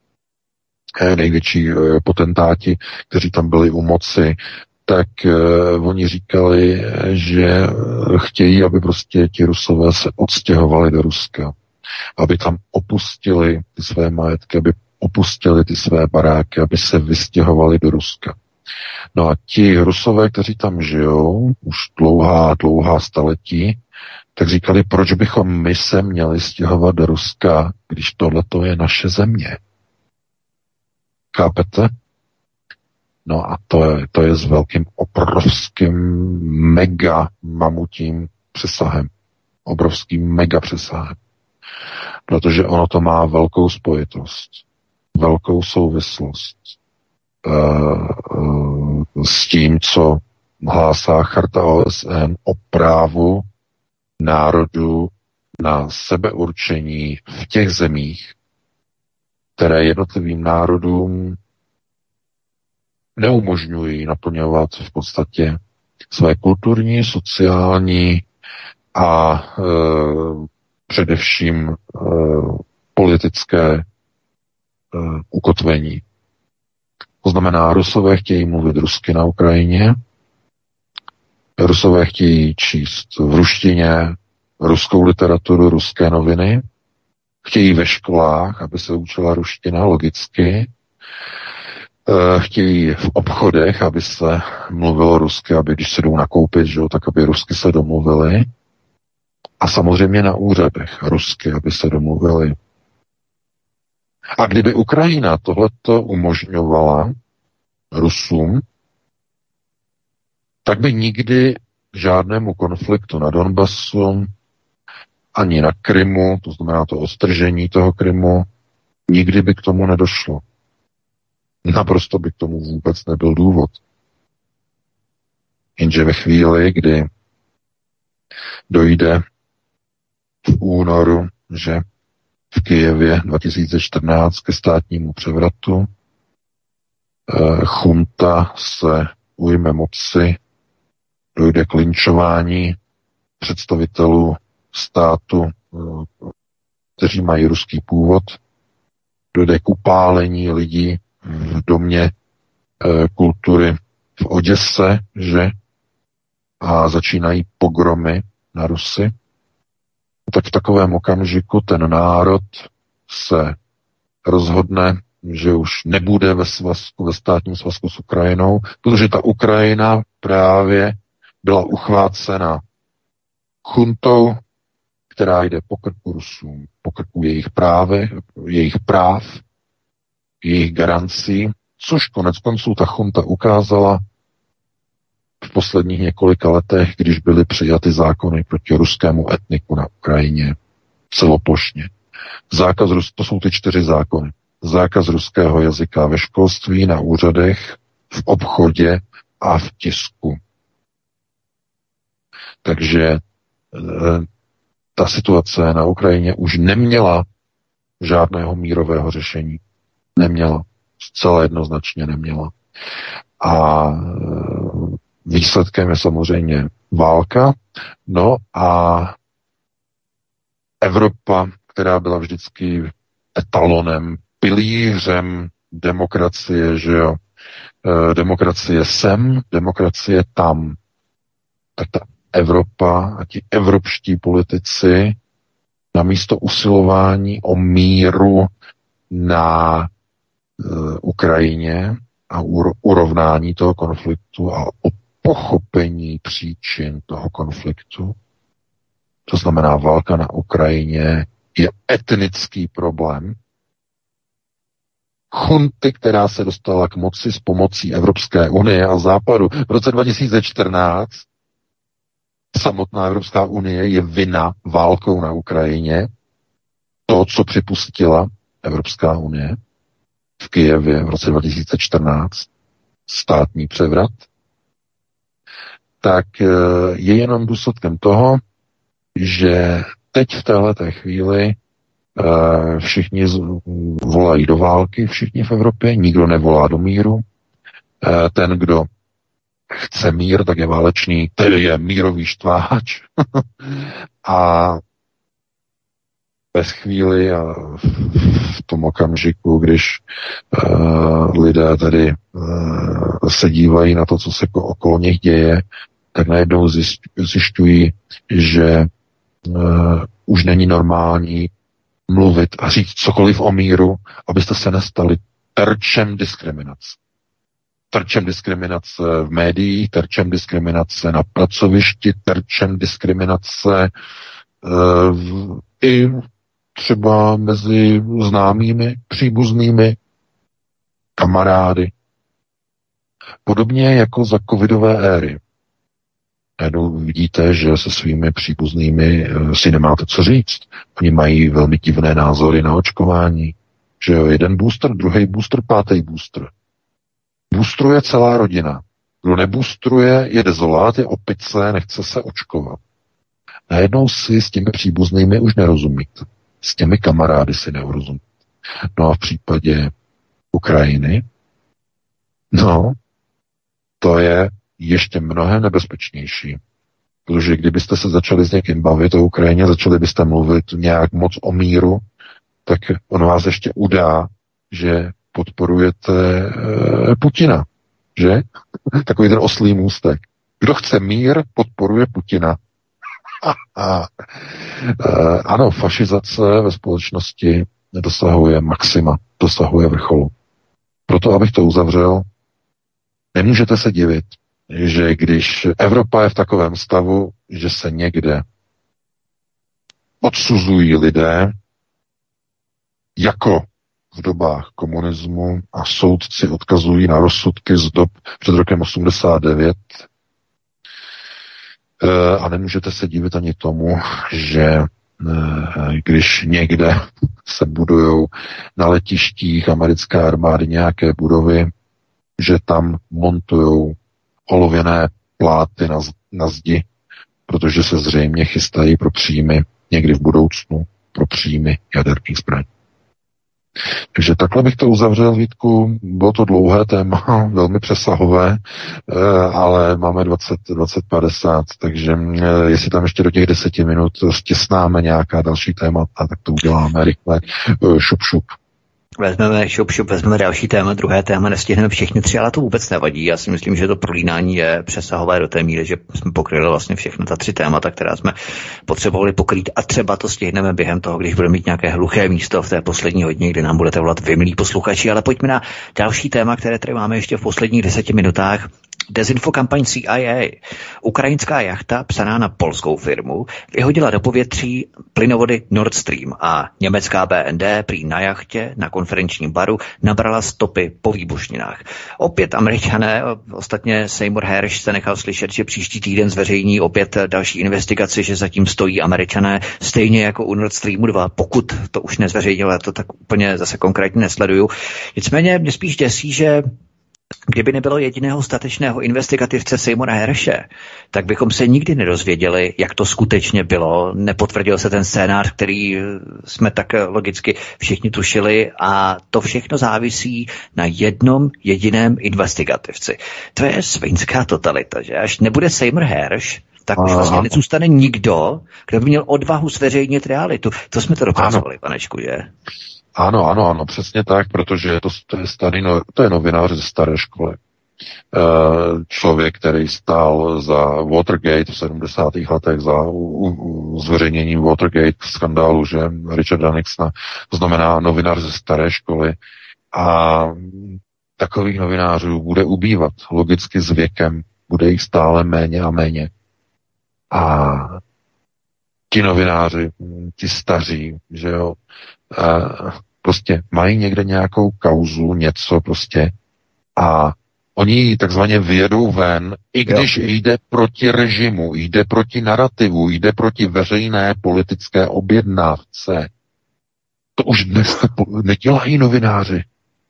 potentáti, kteří tam byli u moci, tak oni říkali, že chtějí, aby prostě ti Rusové se odstěhovali do Ruska, aby tam opustili ty své majetky, aby opustili ty své baráky, aby se vystěhovali do Ruska. No a ti Rusové, kteří tam žijou už dlouhá staletí, tak říkali, proč bychom my se měli stěhovat do Ruska, když tohleto je naše země. Chápete? No a to je s velkým obrovským mega mamutím přesahem. Obrovským mega přesahem. Protože ono to má velkou spojitost, velkou souvislost s tím, co hlásá Charta OSN o právu národu na sebeurčení v těch zemích, které jednotlivým národům neumožňují naplňovat v podstatě své kulturní, sociální a především politické ukotvení. To znamená, Rusové chtějí mluvit rusky na Ukrajině, Rusové chtějí číst v ruštině ruskou literaturu, ruské noviny, chtějí ve školách, aby se učila ruština logicky, chtějí v obchodech, aby se mluvilo rusky, aby když se jdou nakoupit, že, tak aby rusky se domluvili. A samozřejmě na úřadech rusky, aby se domluvili. A kdyby Ukrajina tohleto umožňovala Rusům, tak by nikdy k žádnému konfliktu na Donbasu, ani na Krymu, to znamená to odtržení toho Krymu, nikdy by k tomu nedošlo. Naprosto by k tomu vůbec nebyl důvod. Jenže ve chvíli, kdy dojde v únoru, že v Kyjevě 2014 ke státnímu převratu, chunta se ujme moci, dojde k linčování představitelů státu, kteří mají ruský původ, dojde k upálení lidí v domě kultury v Oděse, že? A začínají pogromy na Rusy. Tak v takovém okamžiku ten národ se rozhodne, že už nebude ve státním svazku s Ukrajinou, protože ta Ukrajina právě byla uchvácena chuntou, která jde po krku Rusům, po krku jejich práv, jejich garancí, což konec konců ta chunta ukázala v posledních několika letech, když byly přijaty zákony proti ruskému etniku na Ukrajině celoplošně. To jsou ty 4 zákony. Zákaz ruského jazyka ve školství, na úřadech, v obchodě a v tisku. Takže ta situace na Ukrajině už neměla žádného mírového řešení. Neměla. Zcela jednoznačně neměla. A výsledkem je samozřejmě válka. No a Evropa, která byla vždycky etalonem, pilířem demokracie, že jo, demokracie sem, demokracie tam. Tak ta Evropa a ti evropští politici namísto usilování o míru na Ukrajině a urovnání toho konfliktu a o pochopení příčin toho konfliktu, to znamená válka na Ukrajině, je etnický problém. Chunty, která se dostala k moci s pomocí Evropské unie a Západu v roce 2014, samotná Evropská unie je vinna válkou na Ukrajině. To, co připustila Evropská unie v Kyjevě v roce 2014, státní převrat, tak je jenom důsledkem toho, že teď v téhleté chvíli všichni volají do války, všichni v Evropě, nikdo nevolá do míru. Ten, kdo chce mír, tak je válečný, tedy je mírový štváč. A ve chvíli a v tom okamžiku, když lidé tady se dívají na to, co se okolo nich děje, tak najednou zjišťují, že už není normální mluvit a říct cokoliv o míru, abyste se nestali terčem diskriminace. Terčem diskriminace v médiích, terčem diskriminace na pracovišti, terčem diskriminace i třeba mezi známými, příbuznými, kamarády. Podobně jako za covidové éry. Najednou vidíte, že se svými příbuznými si nemáte co říct. Oni mají velmi divné názory na očkování. Že jo, jeden booster, druhý booster, pátý booster. Boostruje celá rodina. Kdo neboostruje, je dezolát, je opice, nechce se očkovat. Najednou si s těmi příbuznými už nerozumíte. S těmi kamarády si nerozumíte. No a v případě Ukrajiny, no, to je ještě mnohem nebezpečnější. Protože kdybyste se začali s někým bavit o Ukrajině, začali byste mluvit nějak moc o míru, tak on vás ještě udá, že podporujete Putina. Že? Takový ten oslý můstek. Kdo chce mír, podporuje Putina. Ano, fašizace ve společnosti dosahuje maxima, dosahuje vrcholu. Proto, abych to uzavřel, nemůžete se divit, že když Evropa je v takovém stavu, že se někde odsuzují lidé, jako v dobách komunismu a soudci odkazují na rozsudky z dob před rokem 89, a nemůžete se divit ani tomu, že když někde se budujou na letištích americké armády nějaké budovy, že tam montujou olověné pláty na zdi, protože se zřejmě chystají pro příjmy někdy v budoucnu, pro příjmy jaderných zbraní. Takže takhle bych to uzavřel, Vítku. Bylo to dlouhé téma, velmi přesahové, ale máme 20:50, takže jestli tam ještě do těch 10 minut stěsnáme nějaká další témata, tak to uděláme rychle. Šup. Vezmeme další téma, druhé téma, nestihneme všechny tři, ale to vůbec nevadí. Já si myslím, že to prolínání je přesahové do té míry, že jsme pokryli vlastně všechny ta tři témata, která jsme potřebovali pokrýt, a třeba to stihneme během toho, když budeme mít nějaké hluché místo v té poslední hodině, kdy nám budete volat vy, milí posluchači. Ale pojďme na další téma, které tady máme ještě v posledních 10 minutách. Dezinfokampaň CIA. Ukrajinská jachta, psaná na polskou firmu, vyhodila do povětří plynovody Nord Stream a německá BND prý na jachtě na konferenčním baru nabrala stopy po výbušninách. Opět Američané, ostatně Seymour Hersh se nechal slyšet, že příští týden zveřejní opět další investigaci, že zatím stojí Američané, stejně jako u Nord Streamu 2, pokud to už nezveřejnilo, to tak úplně zase konkrétně nesleduju. Nicméně mě spíš děsí, že kdyby nebylo jediného statečného investigativce Seymoura Hershe, tak bychom se nikdy nedozvěděli, jak to skutečně bylo. Nepotvrdil se ten scénář, který jsme tak logicky všichni tušili, a to všechno závisí na jednom jediném investigativci. To je svinská totalita, že až nebude Seymour Hersh, tak už vlastně nezůstane nikdo, kdo by měl odvahu zveřejnit realitu. To jsme to dopracovali, Panečku, že? Ano, přesně tak, protože to je novinář ze staré školy. Člověk, který stál za Watergate v 70. letech, za zveřejněním Watergate skandálu, že Richarda Nixona, to znamená novinář ze staré školy, a takových novinářů bude ubývat logicky s věkem, bude jich stále méně a méně. A ti novináři, ti staří, že jo, prostě mají někde nějakou kauzu, něco prostě, a oni ji takzvaně vyjedou ven, i když jde proti režimu, jde proti narrativu, jde proti veřejné politické objednávce. To už dnes nedělají novináři.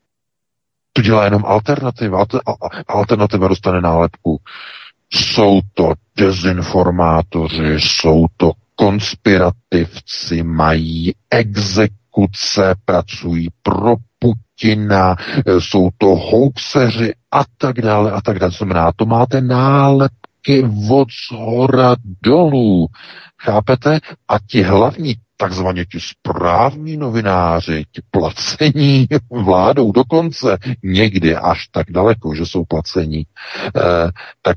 To dělá jenom alternativa. Alternativa dostane nálepku. Jsou to dezinformátoři, jsou to konspirativci, mají exekuce, pracují pro Putina, jsou to hoaxeři a tak dále, a tak dále. To znamená, to máte nálepky od shora dolů. Chápete? A ti hlavní, takzvaně ti správní novináři, ti placení vládou dokonce, někdy až tak daleko, že jsou placení, tak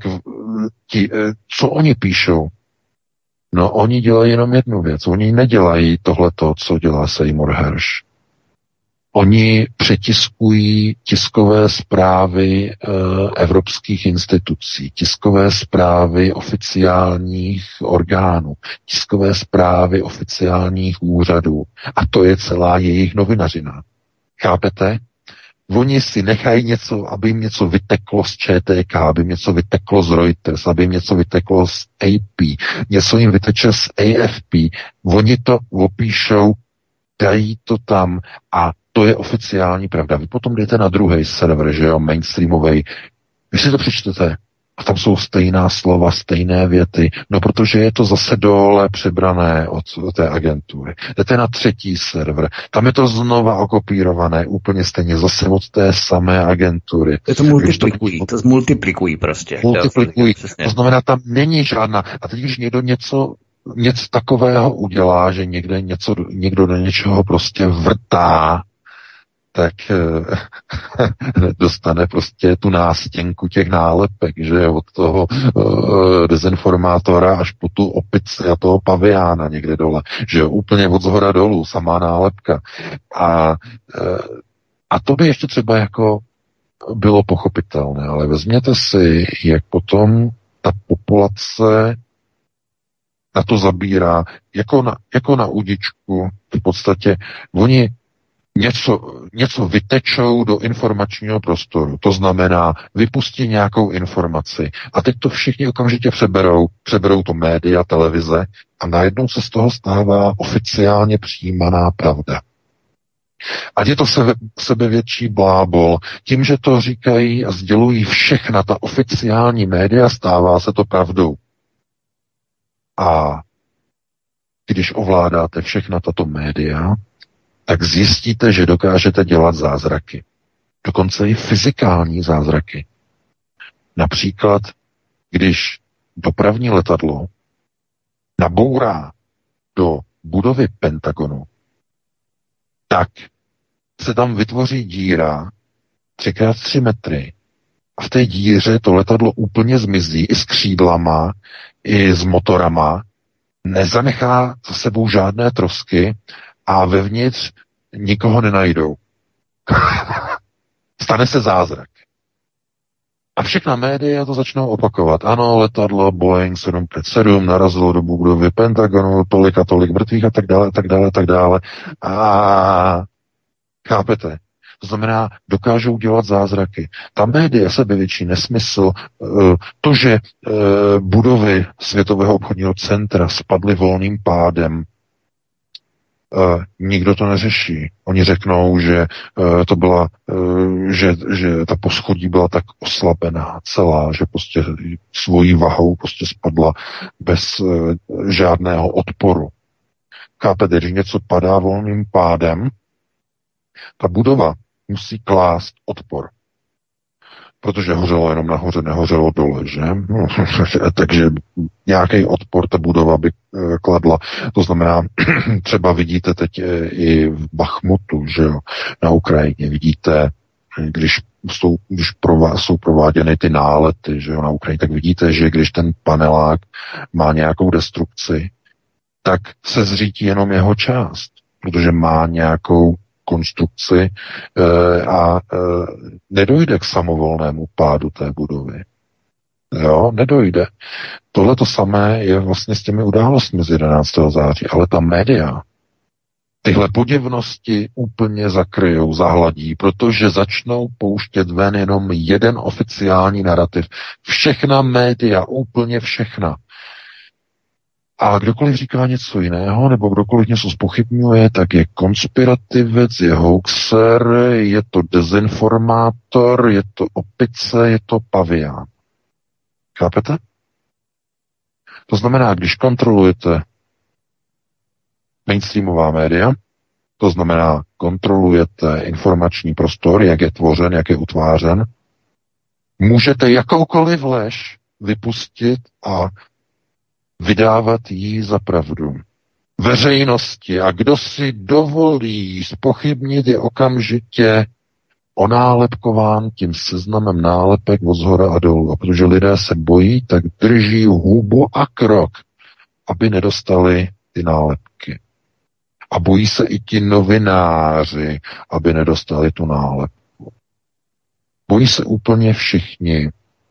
co oni píšou? No, oni dělají jenom jednu věc. Oni nedělají tohleto, co dělá Seymour Hersh. Oni přetiskují tiskové zprávy evropských institucí, tiskové zprávy oficiálních orgánů, tiskové zprávy oficiálních úřadů. A to je celá jejich novinařina. Chápete? Oni si nechají něco, aby jim něco vyteklo z ČTK, aby jim něco vyteklo z Reuters, aby jim něco vyteklo z AP, něco jim vyteče z AFP. Oni to opíšou, dají to tam a to je oficiální pravda. Vy potom jdete na druhý server, že jo, mainstreamovej. Vy si to přečtete a tam jsou stejná slova, stejné věty, no protože je to zase dole přebrané od té agentury. Jdete na třetí server, tam je to znova okopírované, úplně stejně zase od té samé agentury. To multiplikují prostě. Multiplikují, to znamená, tam není žádná, a teď když někdo něco takového udělá, že někdo do něčeho prostě vrtá, tak dostane prostě tu nástěnku těch nálepek, že od toho dezinformátora až po tu opici a toho paviána někde dole, že úplně od zhora dolů, samá nálepka. A to by ještě třeba jako bylo pochopitelné, ale vezměte si, jak potom ta populace na to zabírá, jako na udičku, v podstatě oni něco vytečou do informačního prostoru. To znamená, vypustí nějakou informaci. A teď to všichni okamžitě přeberou to média, televize a najednou se z toho stává oficiálně přijímaná pravda. Ať je to sebevětší blábol, tím, že to říkají a sdělují všechna ta oficiální média, stává se to pravdou. A když ovládáte všechna tato média, tak zjistíte, že dokážete dělat zázraky. Dokonce i fyzikální zázraky. Například, když dopravní letadlo nabourá do budovy Pentagonu, tak se tam vytvoří díra 3x3 metry a v té díře to letadlo úplně zmizí i s křídlama, i s motorama, nezanechá za sebou žádné trosky a vevnitř nikoho nenajdou. Stane se zázrak. A všechna média to začnou opakovat. Ano, letadlo Boeing 757 narazilo do budovy Pentagonu, tolik a tolik mrtvých a tak dále, tak dále, tak dále. A chápete? To znamená, dokážou dělat zázraky. Ta média sebevětší nesmysl, to, že budovy Světového obchodního centra spadly volným pádem, nikdo to neřeší. Oni řeknou, že to byla, že ta poschodí byla tak oslabená celá, že prostě svojí vahou prostě spadla bez žádného odporu. Chápete, když něco padá volným pádem, ta budova musí klást odpor. Protože hořelo jenom nahoře, nehořelo dole, že? Takže nějaký odpor ta budova by kladla. To znamená, třeba vidíte teď i v Bachmutu, že jo, na Ukrajině, vidíte, když jsou prováděny ty nálety, že jo, na Ukrajině, tak vidíte, že když ten panelák má nějakou destrukci, tak se zřítí jenom jeho část, protože má nějakou konstrukci a nedojde k samovolnému pádu té budovy. Jo, nedojde. Tohle to samé je vlastně s těmi událostmi z 11. září, ale ta média tyhle podivnosti úplně zakryjou, zahladí, protože začnou pouštět ven jenom jeden oficiální narrativ. Všechna média, úplně všechna. A kdokoliv říká něco jiného, nebo kdokoliv něco zpochybňuje, tak je konspirativec, je hoaxer, je to dezinformátor, je to opice, je to pavián. Chápete? To znamená, když kontrolujete mainstreamová média, to znamená, kontrolujete informační prostor, jak je tvořen, jak je utvářen, můžete jakoukoliv lež vypustit a vydávat jí za pravdu. Veřejnosti a kdo si dovolí zpochybnit, je okamžitě onálepkován tím seznamem nálepek od zhora a dolů. A protože lidé se bojí, tak drží hubu a krok, aby nedostali ty nálepky. A bojí se i ti novináři, aby nedostali tu nálepku. Bojí se úplně všichni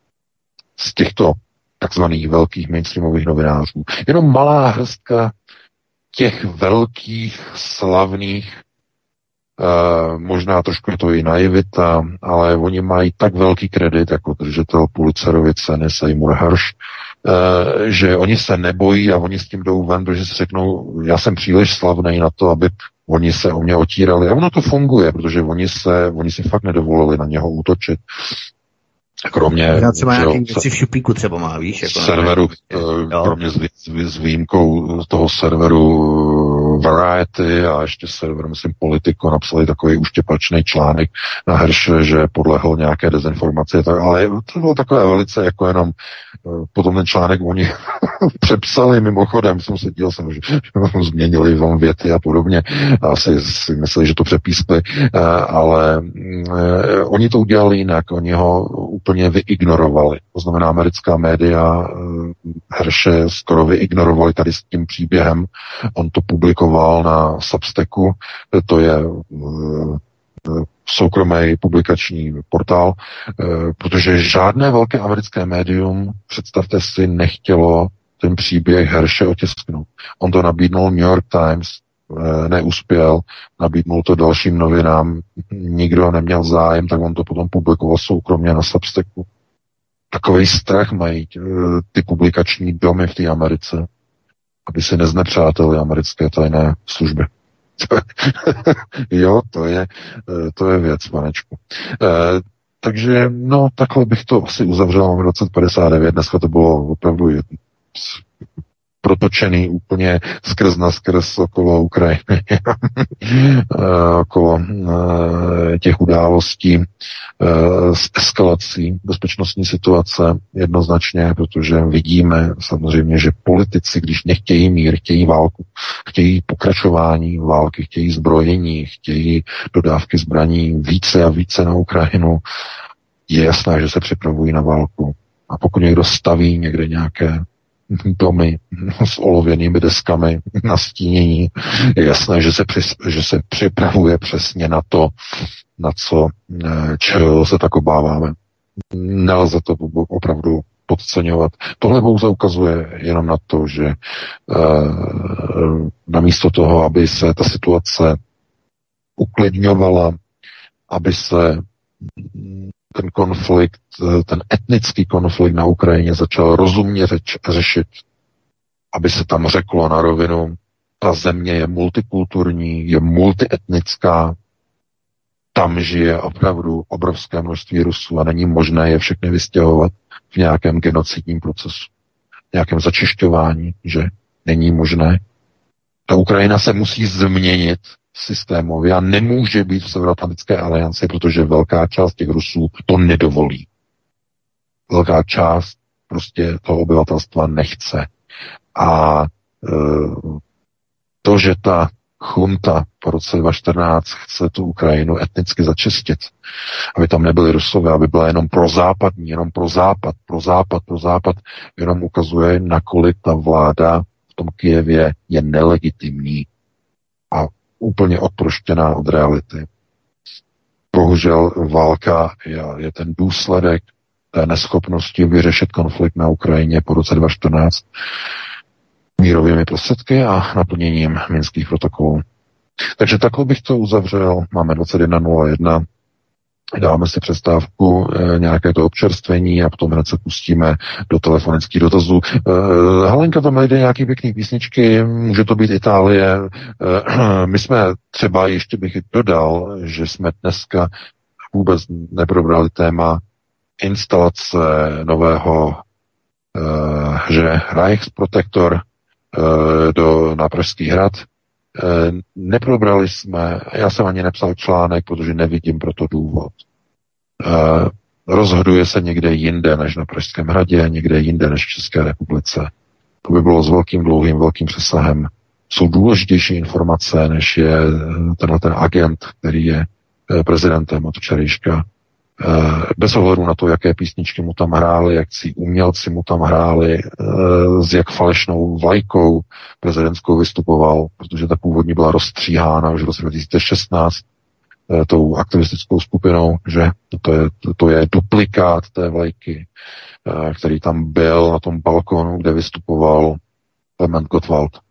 z těchto takzvaných velkých mainstreamových novinářů. Jenom malá hrstka těch velkých, slavných Možná trošku je to i naivita, ale oni mají tak velký kredit jako držitel Pulitzerovy ceny Seymour Hersh, že oni se nebojí a oni s tím jdou ven, protože si řeknou, já jsem příliš slavný na to, aby oni se o mě otírali. A ono to funguje, protože oni si fakt nedovolili na něho útočit. Kromě třeba nějaký věci v šuplíku třeba má, víš? Jako serveru, kromě s výjimkou toho serveru Variety a ještě server, myslím, Politico, napsali takový uštěpačný článek na Hershe, že podlehl nějaké dezinformaci, ale to bylo takové velice jako jenom potom ten článek oni přepsali mimochodem, jsem se díval, že změnili vám věty a podobně, asi si mysleli, že to přepískli, ale oni to udělali jinak, oni ho úplně vyignorovali. To znamená, americká média Hershe skoro vyignorovali tady s tím příběhem. On to publikoval na Substacku, to je soukromý publikační portál, protože žádné velké americké médium, představte si, nechtělo ten příběh Hershe otisknout. On to nabídnul New York Times, neuspěl, nabídnul to dalším novinám, nikdo neměl zájem, tak on to potom publikoval soukromně na Substacku. Takový strach mají ty publikační domy v té Americe, aby si neznepřáteli americké tajné služby. Jo, to je věc, panečku. Takže, no, takhle bych to asi uzavřel v roce 59. Dneska to bylo opravdu protočený úplně skrz na skrz okolo Ukrajiny, okolo těch událostí s eskalací bezpečnostní situace jednoznačně, protože vidíme samozřejmě, že politici, když nechtějí mír, chtějí válku, chtějí pokračování války, chtějí zbrojení, chtějí dodávky zbraní více a více na Ukrajinu, je jasné, že se připravují na válku. A pokud někdo staví někde nějaké domy s olověnými deskami na stínění, je jasné, že se připravuje přesně na to, na co, čeho se tak obáváme. Nelze to opravdu podceňovat. Tohle pouze ukazuje jenom na to, že namísto toho, aby se ta situace uklidňovala, aby se ten konflikt, ten etnický konflikt na Ukrajině začal rozumně řešit, aby se tam řeklo na rovinu, ta země je multikulturní, je multietnická, tam žije opravdu obrovské množství Rusů a není možné je všechny vystěhovat v nějakém genocidním procesu, v nějakém začišťování, že není možné. Ta Ukrajina se musí změnit systémově a nemůže být v Severoatlantické alianci, protože velká část těch Rusů to nedovolí. Velká část prostě toho obyvatelstva nechce. A to, že ta chunta po roce 2014 chce tu Ukrajinu etnicky začistit, aby tam nebyli Rusové, aby byla jenom prozápadní, jenom pro západ, jenom ukazuje, nakolik ta vláda v tom Kyjevě je nelegitimní a úplně odproštěná od reality. Bohužel válka je ten důsledek té neschopnosti vyřešit konflikt na Ukrajině po roce 2014 mírovými prostředky a naplněním minských protokolů. Takže takhle bych to uzavřel. Máme 21:01. Dáme si přestávku, nějaké to občerstvení a potom hned se pustíme do telefonických dotazů. Halenka tam najde nějaký pěkný písničky, může to být Itálie. My jsme třeba, ještě bych dodal, že jsme dneska vůbec neprobrali téma instalace nového že Reichsprotektor na Pražský hrad. Neprobrali jsme, já jsem ani nepsal článek, protože nevidím pro to důvod. Rozhoduje se někde jinde než na Pražském hradě, někde jinde než v České republice. To by bylo s velkým přesahem. Jsou důležitější informace, než je tenhle ten agent, který je prezidentem od včerejška. Bez ohledu na to, jaké písničky mu tam hráli, jak umělci mu tam hráli, s jak falešnou vlajkou prezidentskou vystupoval, protože ta původní byla rozstříhána už v roce 2016 tou aktivistickou skupinou, že to je duplikát té vlajky, který tam byl na tom balkonu, kde vystupoval Klement Gottwald.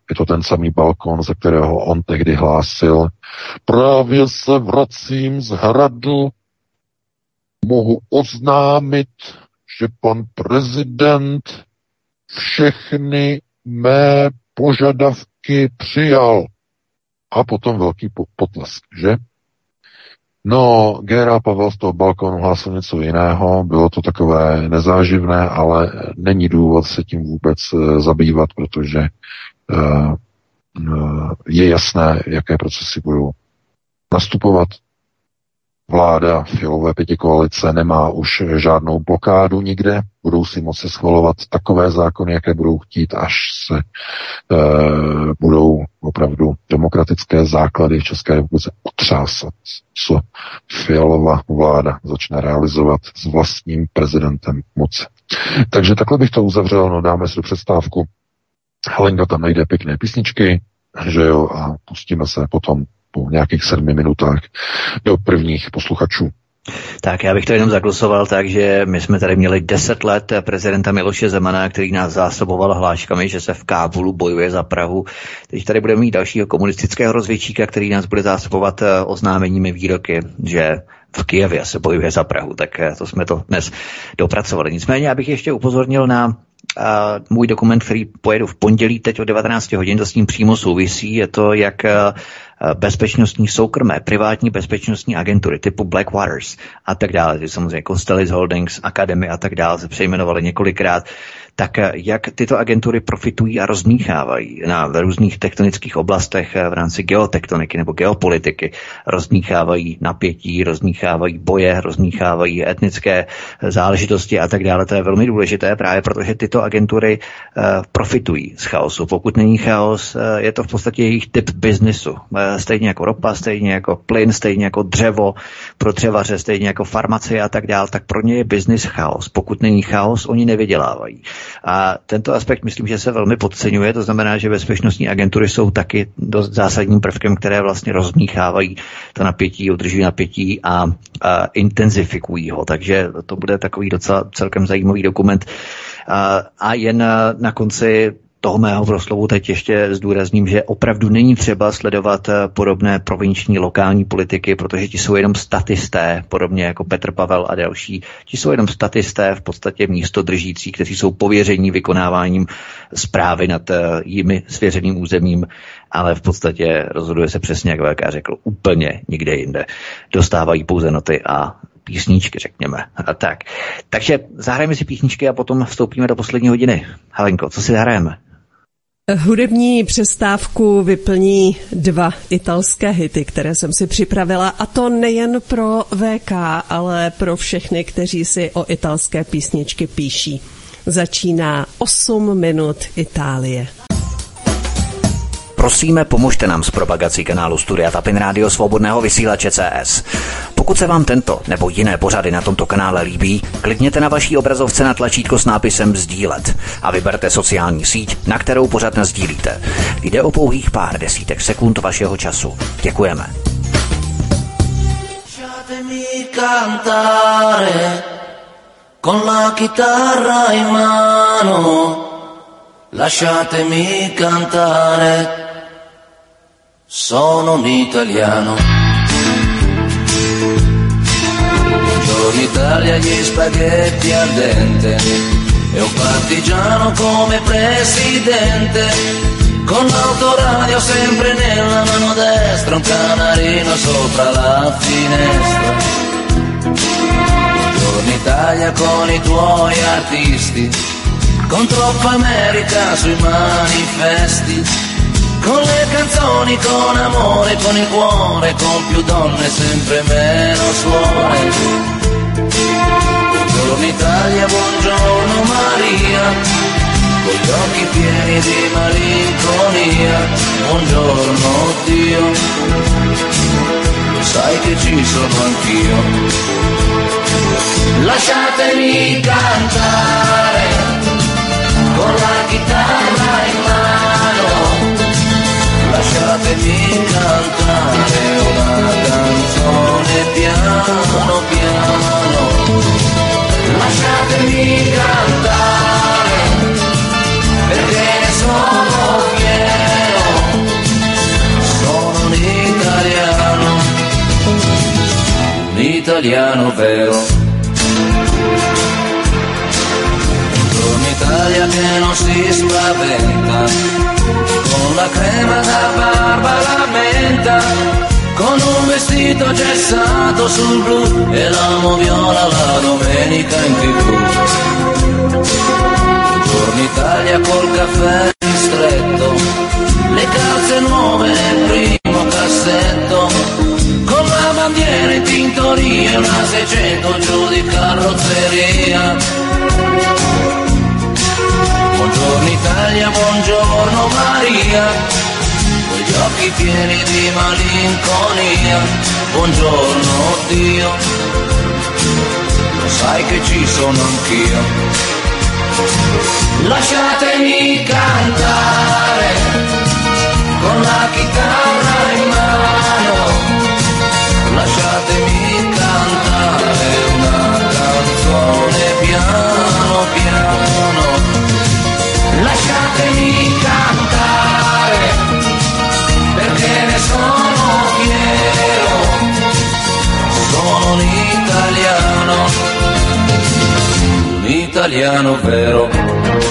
Je to ten samý balkon, ze kterého on tehdy hlásil: právě se vracím z hradu, mohu oznámit, že pan prezident všechny mé požadavky přijal. A potom velký potlesk, že? No, generál Pavel z toho balkonu hlásil něco jiného, bylo to takové nezáživné, ale není důvod se tím vůbec zabývat, protože je jasné, jaké procesy budou nastupovat. Vláda Fialové pětikoalice nemá už žádnou blokádu nikde, budou si moci schvalovat takové zákony, jaké budou chtít, až se budou opravdu demokratické základy v České republice otřásat, co Fialová vláda začne realizovat s vlastním prezidentem moci. Takže takhle bych to uzavřel, no dáme si do přestávku. Helenka tam najde pěkné písničky, že jo, a pustíme se potom po nějakých 7 minutách do prvních posluchačů. Tak já bych to jenom zaglosoval tak, že my jsme tady měli 10 let prezidenta Miloše Zemana, který nás zásoboval hláškami, že se v Kábulu bojuje za Prahu. Teď tady budeme mít dalšího komunistického rozvědčíka, který nás bude zásobovat oznámeními výroky, že v Kyjevě se bojuje za Prahu. Tak to jsme to dnes dopracovali. Nicméně já bych ještě upozornil na můj dokument, který pojedu v pondělí teď o 19 hodin, to s ním přímo souvisí. Je to, jak bezpečnostní soukromé, privátní bezpečnostní agentury typu Blackwaters a tak dále, ty samozřejmě Constellis Holdings, Academy a tak dále se přejmenovaly několikrát, tak jak tyto agentury profitují a rozmíchávají v různých tektonických oblastech v rámci geotektoniky nebo geopolitiky. Rozmíchávají napětí, rozmíchávají boje, rozmíchávají etnické záležitosti a tak dále. To je velmi důležité právě protože tyto agentury profitují z chaosu. Pokud není chaos, je to v podstatě jejich typ biznisu. Stejně jako ropa, stejně jako plyn, stejně jako dřevo pro dřevaře, stejně jako farmacie a tak dále, tak pro ně je biznis chaos. Pokud není chaos, oni nevydělávají. A tento aspekt myslím, že se velmi podceňuje, to znamená, že bezpečnostní agentury jsou taky dost zásadním prvkem, které vlastně rozmíchávají to napětí, udržují napětí a intenzifikují ho. Takže to bude takový docela celkem zajímavý dokument. A jen na konci toho mého proslovu teď ještě zdůrazním, že opravdu není třeba sledovat podobné provinční lokální politiky, protože ti jsou jenom statisté, podobně jako Petr Pavel a další. Ti jsou jenom statisté, v podstatě místodržící, kteří jsou pověření vykonáváním správy nad jimi svěřeným územím, ale v podstatě rozhoduje se přesně, jak VK řekl, úplně nikde jinde. Dostávají pouze noty a písničky, řekněme. A tak. Takže zahrajeme si písničky a potom vstoupíme do poslední hodiny. Helenko, co si zahrajeme? Hudební přestávku vyplní 2 italské hity, které jsem si připravila, a to nejen pro VK, ale pro všechny, kteří si o italské písničky píší. Začíná 8 minut Itálie. Prosíme, pomožte nám s propagací kanálu Studia Tapin Rádio Svobodného vysílače CS. Pokud se vám tento nebo jiné pořady na tomto kanále líbí, klikněte na vaší obrazovce na tlačítko s nápisem sdílet a vyberte sociální síť, na kterou pořad nasdílíte. Jde o pouhých pár desítek sekund vašeho času. Děkujeme. Con la chitarra in mano, lasciatemi cantare, sono un italiano. Buongiorno Italia, gli spaghetti al dente, e un partigiano come presidente, con l'autoradio sempre nella mano destra, un canarino sopra la finestra. Buongiorno Italia con i tuoi artisti, con troppa America sui manifesti, con le canzoni, con amore, con il cuore, con più donne, sempre meno suore. Buongiorno Italia, buongiorno Maria, con gli occhi pieni di malinconia. Buongiorno Dio, sai che ci sono anch'io. Lasciatemi cantare con la chitarra in mano, lasciatemi cantare una canzone piano piano, lasciatemi cantare perché ne sono fiero. italiano vero. Un'Italia che non si spaventa, con la crema da barba la menta, con un vestito gessato sul blu e l'amo viola la domenica in TV. Buongiorno Italia col caffè ristretto, le calze nuove nel primo cassetto, con la bandiera in tintoria e una 600 giù di carrozzeria. Buongiorno Italia, buongiorno Maria, con gli occhi pieni di malinconia. Buongiorno Dio, lo sai che ci sono anch'io. Lasciatemi cantare con la chitarra in mano, lasciatemi cantare una canzone piano piano, lasciatemi cantare perché ne sono fiero, sono un italiano vero.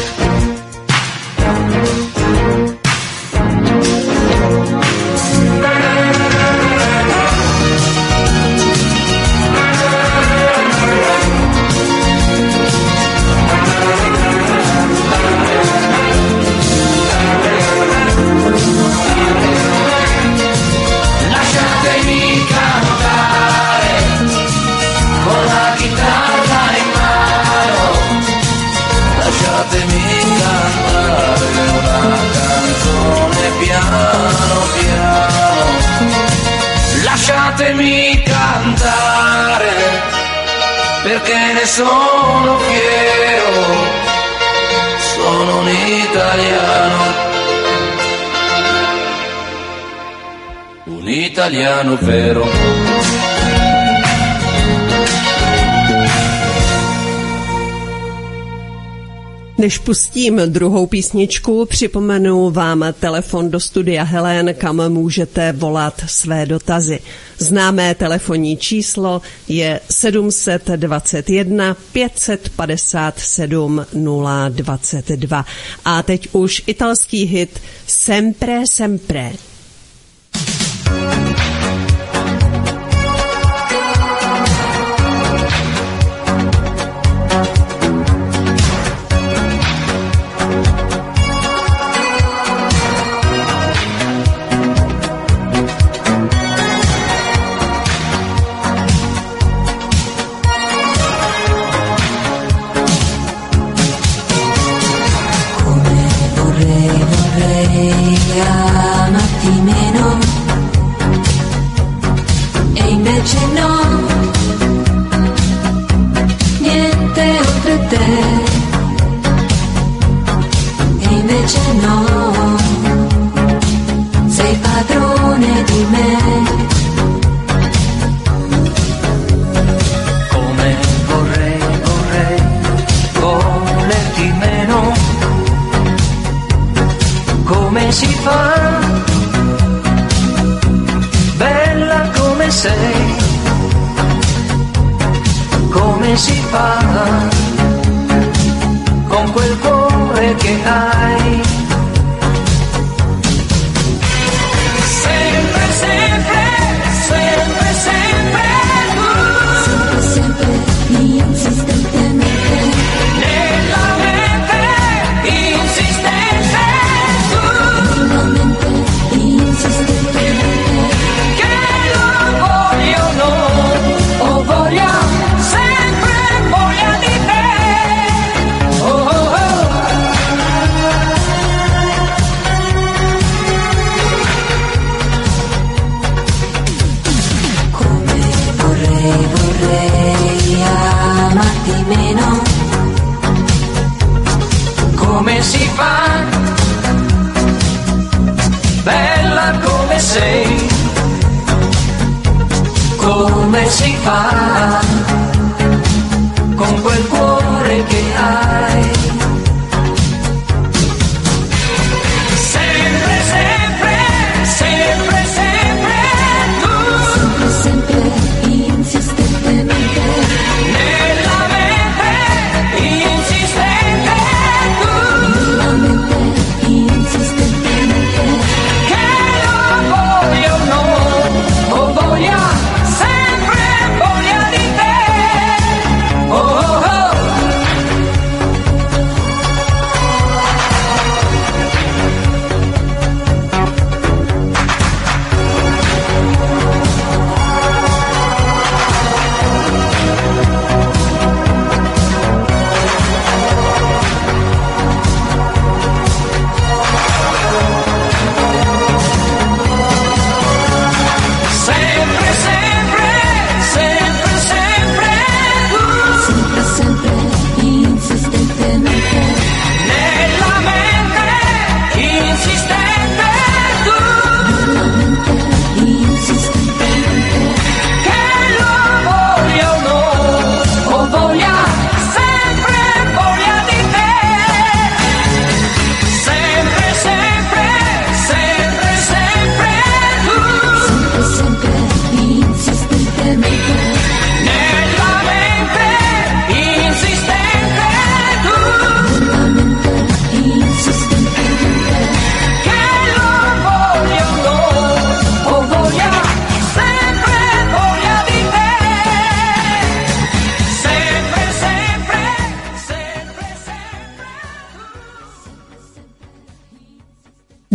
Lasciatemi cantare perché ne sono fiero, sono un italiano vero. Než pustím druhou písničku, připomenu vám telefon do studia Helen, kam můžete volat své dotazy. Známé telefonní číslo je 721 557 022. A teď už italský hit Sempre Sempre. Amarti meno e invece no, niente oltre te e invece no, sei padrone di me. Come vorrei volerti meno, come si fa, bella come sei, come si fa, con quel cuore che hai. Sempre, sempre, sempre, sempre tu, Sempre, sempre, insistentemente, nella mente insistente tu, insistentemente, che loro vogliono, o voglia, sempre voglia di te. Oh, oh, oh. come vorrei amarti meno, Come si fa, bella come sei, come si fa, con quel cuore che hai. Sempre, sempre, sempre, sempre tu, sempre insistentemente,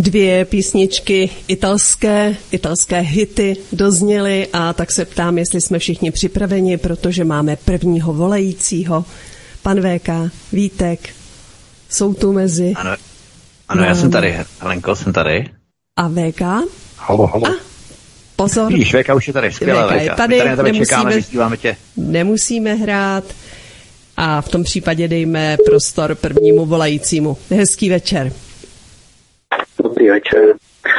2 písničky italské hity dozněly a tak se ptám, jestli jsme všichni připraveni, protože máme prvního volajícího. Pan VK, Vítek, jsou tu mezi... Ano, já jsem tady. Helenko, jsem tady. A VK? Halo. Pozor. Vidíš, VK už je tady, skvělé VK. Je tady, My tady čekáme, vysíláme tě. Nemusíme hrát a v tom případě dejme prostor prvnímu volajícímu. Hezký večer. Dobrý večer.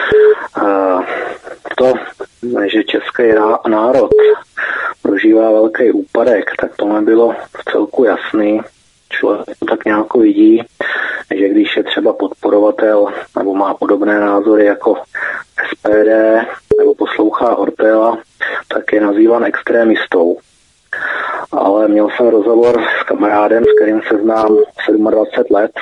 To, že český národ prožívá velký úpadek, tak to mi bylo v celku jasný. Člověk to tak nějak vidí, že když je třeba podporovatel nebo má podobné názory jako SPD nebo poslouchá Ortela, tak je nazýván extrémistou. Ale měl jsem rozhovor s kamarádem, s kterým se znám 27 let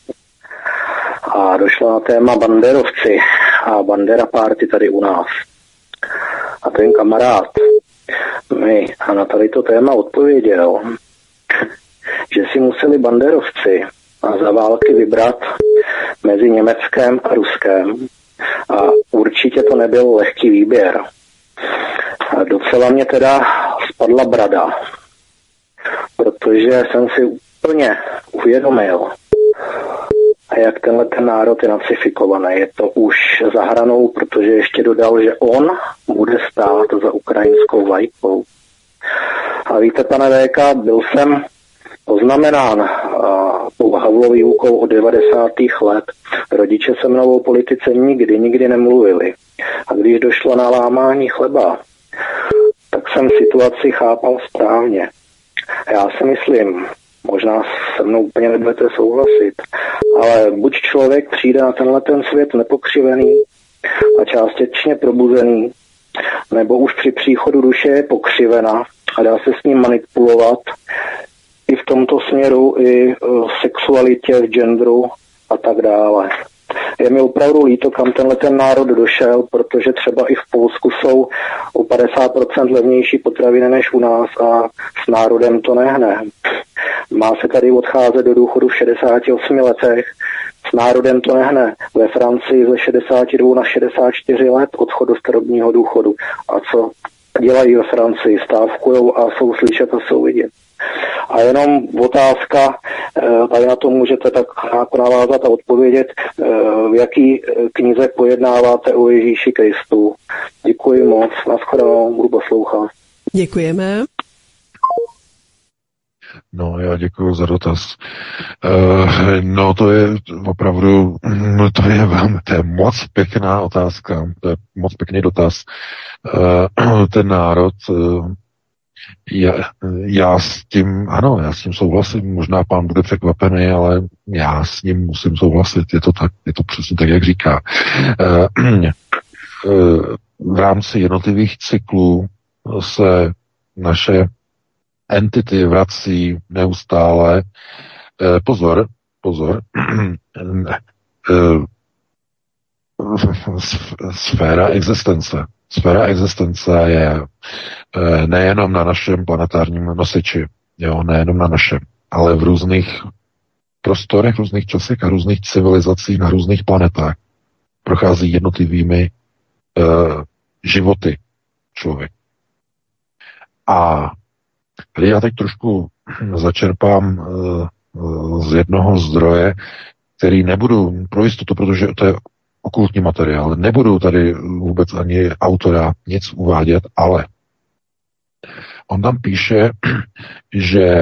a došlo na téma banderovci a Bandera party tady u nás. A ten kamarád mi na tady to téma odpověděl, že si museli banderovci za války vybrat mezi Německem a Ruskem a určitě to nebyl lehký výběr. A docela mě teda spadla brada, protože jsem si úplně uvědomil, jak ten národ je nacifikovaný. Je to už za hranou, protože ještě dodal, že on bude stát za ukrajinskou vlajkou. A víte, pane VK, byl jsem poznamenán tou Havlovou výukou od 90. let. Rodiče se mnou o politice nikdy nemluvili. A když došlo na lámání chleba, tak jsem situaci chápal správně. Já si myslím, možná se mnou úplně nebudete souhlasit, ale buď člověk přijde na ten svět nepokřivený a částečně probuzený, nebo už při příchodu duše je pokřivena a dá se s ním manipulovat i v tomto směru, i v sexualitě, v genderu a tak dále. Je mi opravdu líto, kam ten národ došel, protože třeba i v Polsku jsou o 50% levnější potraviny než u nás a s národem to nehne. Má se tady odcházet do důchodu v 68 letech, s národem to nehne. Ve Francii ze 62 na 64 let odchod do starobního důchodu. A co dělají ve Francii? Stávkujou a jsou slyšet a jsou vidět. A jenom otázka, tady na to můžete tak navázat a odpovědět, v jaký knize pojednáváte o Ježíši Kristu. Děkuji moc, nashledanou, budu poslouchat. Děkujeme. No, já děkuji za dotaz. No, to je opravdu, to je moc pěkná otázka, to je moc pěkný dotaz. Ten národ, já s tím souhlasím, možná pán bude překvapený, ale já s ním musím souhlasit, je to přesně tak, jak říká. V rámci jednotlivých cyklů se naše entity vrací neustále. Pozor, sféra existence. Sféra existence je nejenom na našem planetárním nosiči, nejenom na našem, ale v různých prostorech, různých časech a různých civilizacích na různých planetách prochází jednotlivými životy člověk. A tady já teď trošku začerpám z jednoho zdroje, který nebudu pro jistotu, protože to je okultní materiál, nebudu tady vůbec ani autora nic uvádět, ale on tam píše, že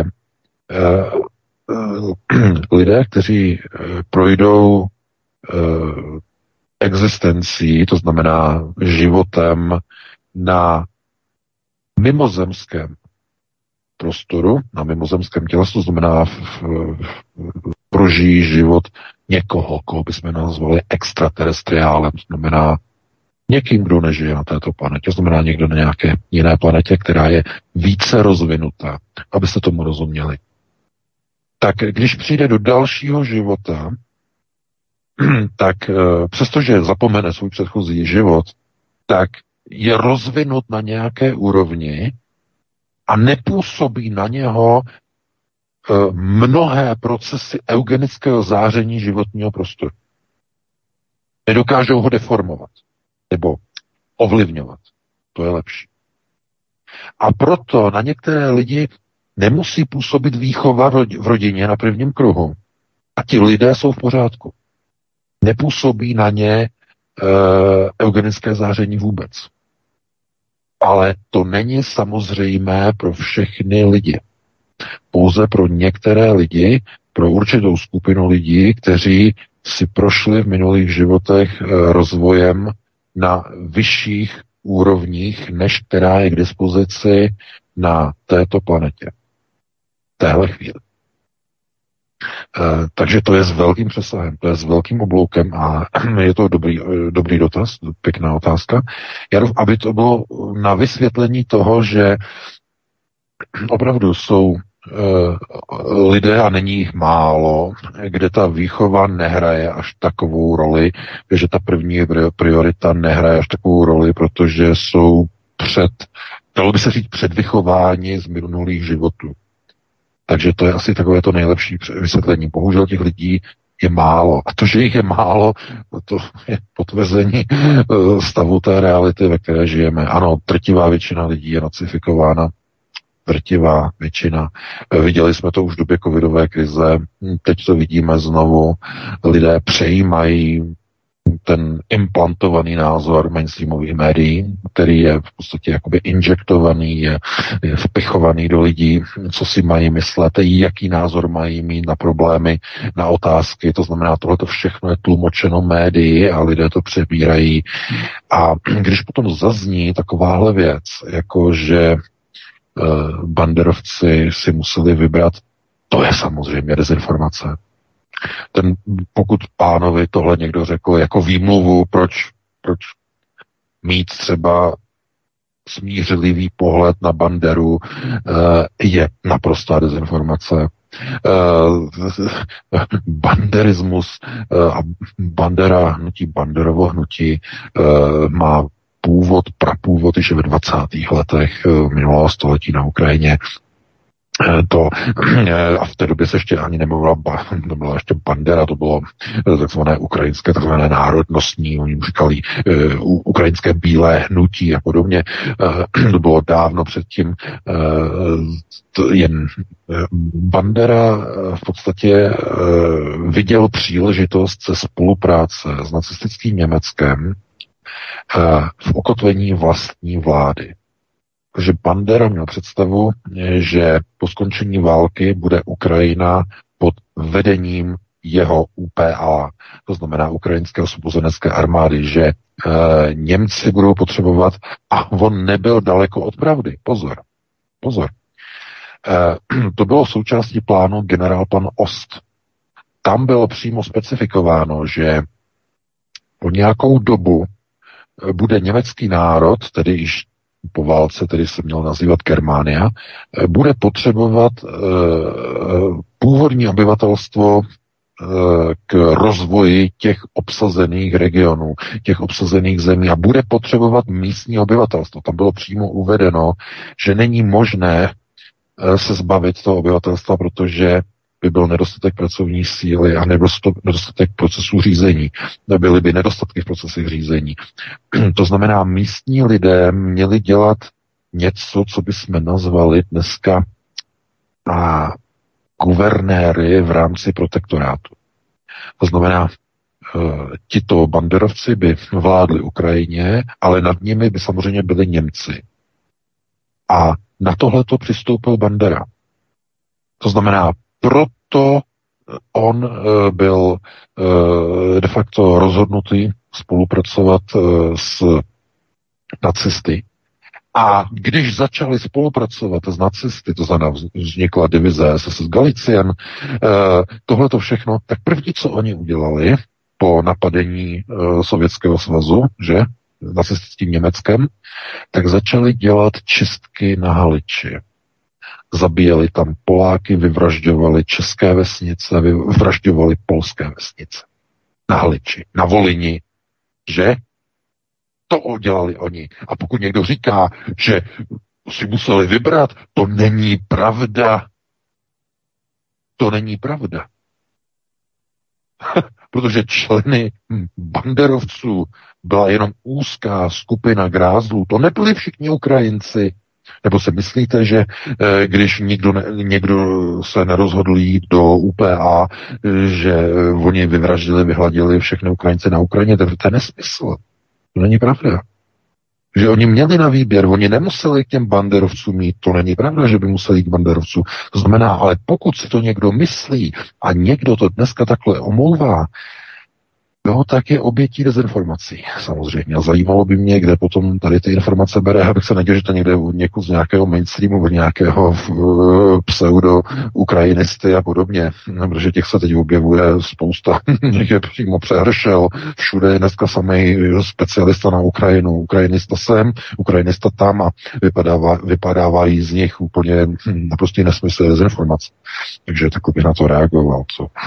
lidé, kteří projdou existencí, to znamená životem na mimozemském prostoru, na mimozemském tělesu, to znamená prožijí život někoho, koho bychom nazvali extraterestriálem, to znamená někým, kdo nežije na této planetě, to znamená někdo na nějaké jiné planetě, která je více rozvinutá, abyste tomu rozuměli. Tak když přijde do dalšího života, tak přestože zapomene svůj předchozí život, tak je rozvinut na nějaké úrovni a nepůsobí na něho mnohé procesy eugenického záření životního prostoru. Nedokážou ho deformovat nebo ovlivňovat. To je lepší. A proto na některé lidi nemusí působit výchova v rodině na prvním kruhu. A ti lidé jsou v pořádku. Nepůsobí na ně eugenické záření vůbec. Ale to není samozřejmé pro všechny lidi. Pouze pro některé lidi, pro určitou skupinu lidí, kteří si prošli v minulých životech rozvojem na vyšších úrovních, než která je k dispozici na této planetě. V téhle chvíli. Takže to je s velkým přesahem, to je s velkým obloukem a je to dobrý dotaz, pěkná otázka. Aby to bylo na vysvětlení toho, že opravdu jsou lidé, a není jich málo, kde ta výchova nehraje až takovou roli, že ta první priorita nehraje až takovou roli, protože jsou dalo by se říct předvychováni z minulých životů. Takže to je asi takové to nejlepší vysvětlení. Bohužel těch lidí je málo. A to, že jich je málo, to je potvrzení stavu té reality, ve které žijeme. Ano, drtivá většina lidí je nacifikována. Drtivá většina. Viděli jsme to už v době covidové krize. Teď to vidíme znovu. Lidé přejímají ten implantovaný názor mainstreamových médií, který je v podstatě jakoby injektovaný, je vpichovaný do lidí, co si mají myslet, jaký názor mají mít na problémy, na otázky. To znamená, tohleto všechno je tlumočeno médii a lidé to přebírají. A když potom zazní takováhle věc, jako že banderovci si museli vybrat, to je samozřejmě dezinformace. Pokud pánovi tohle někdo řekl jako výmluvu, proč mít třeba smířlivý pohled na Banderu, je naprostá dezinformace. Banderismus a Banderovo hnutí má prapůvod již ve 20. letech minulého století na Ukrajině. A v té době se ještě ani nemluvila, to byla ještě Bandera, to bylo takzvané ukrajinské, takzvané národnostní, oni říkali ukrajinské bílé hnutí a podobně. To bylo dávno předtím. Jen Bandera v podstatě viděl příležitost se spolupráce s nacistickým Německem v ukotvení vlastní vlády. Takže Bandera měl představu, že po skončení války bude Ukrajina pod vedením jeho UPA, to znamená Ukrajinské osvobozenecké armády, že Němci budou potřebovat, a on nebyl daleko od pravdy. Pozor. To bylo součástí plánu generálplan Ost. Tam bylo přímo specifikováno, že po nějakou dobu bude německý národ, tedy již po válce, tedy se měl nazývat Germánia, bude potřebovat původní obyvatelstvo k rozvoji těch obsazených regionů, těch obsazených zemí a bude potřebovat místní obyvatelstvo. Tam bylo přímo uvedeno, že není možné se zbavit toho obyvatelstva, protože by byl nedostatek pracovní síly a nedostatek procesů řízení. Byly by nedostatky v procesech řízení. To znamená, místní lidé měli dělat něco, co bychom nazvali dneska guvernéry v rámci protektorátu. To znamená, tito banderovci by vládli Ukrajině, ale nad nimi by samozřejmě byli Němci. A na tohleto přistoupil Bandera. To znamená, proto on byl de facto rozhodnutý spolupracovat s nacisty. A když začali spolupracovat s nacisty, to znamená vznikla divize SS Galician, tohleto všechno, tak první, co oni udělali po napadení Sovětského svazu, že, nacistickým Německem, tak začali dělat čistky na Haliči. Zabíjeli tam Poláky, vyvražďovali české vesnice, vyvražďovali polské vesnice. Na Haliči, na Volini, že? To udělali oni. A pokud někdo říká, že si museli vybrat, to není pravda. To není pravda. protože členy banderovců byla jenom úzká skupina grázlů. To nebyli všichni Ukrajinci. Nebo si myslíte, že když někdo se nerozhodl jít do UPA, že oni vyhladili všechny Ukrajince na Ukrajině, to je nesmysl. To není pravda. Že oni měli na výběr, oni nemuseli k těm banderovcům jít, to není pravda, že by museli jít k banderovcům. To znamená, ale pokud si to někdo myslí a někdo to dneska takhle omlouvá, no, tak je obětí dezinformací, samozřejmě. A zajímalo by mě, kde potom tady ty informace bere, abych se nedělal, že to někde z nějakého mainstreamu, od nějakého pseudo-ukrajinisty a podobně, protože těch se teď objevuje spousta, těch je přímo přehršel, všude je dneska samý specialista na Ukrajinu, ukrajinista sem, ukrajinista tam a vypadávají z nich úplně naprostý nesmysl dezinformace. Takže tak bych na to reagoval.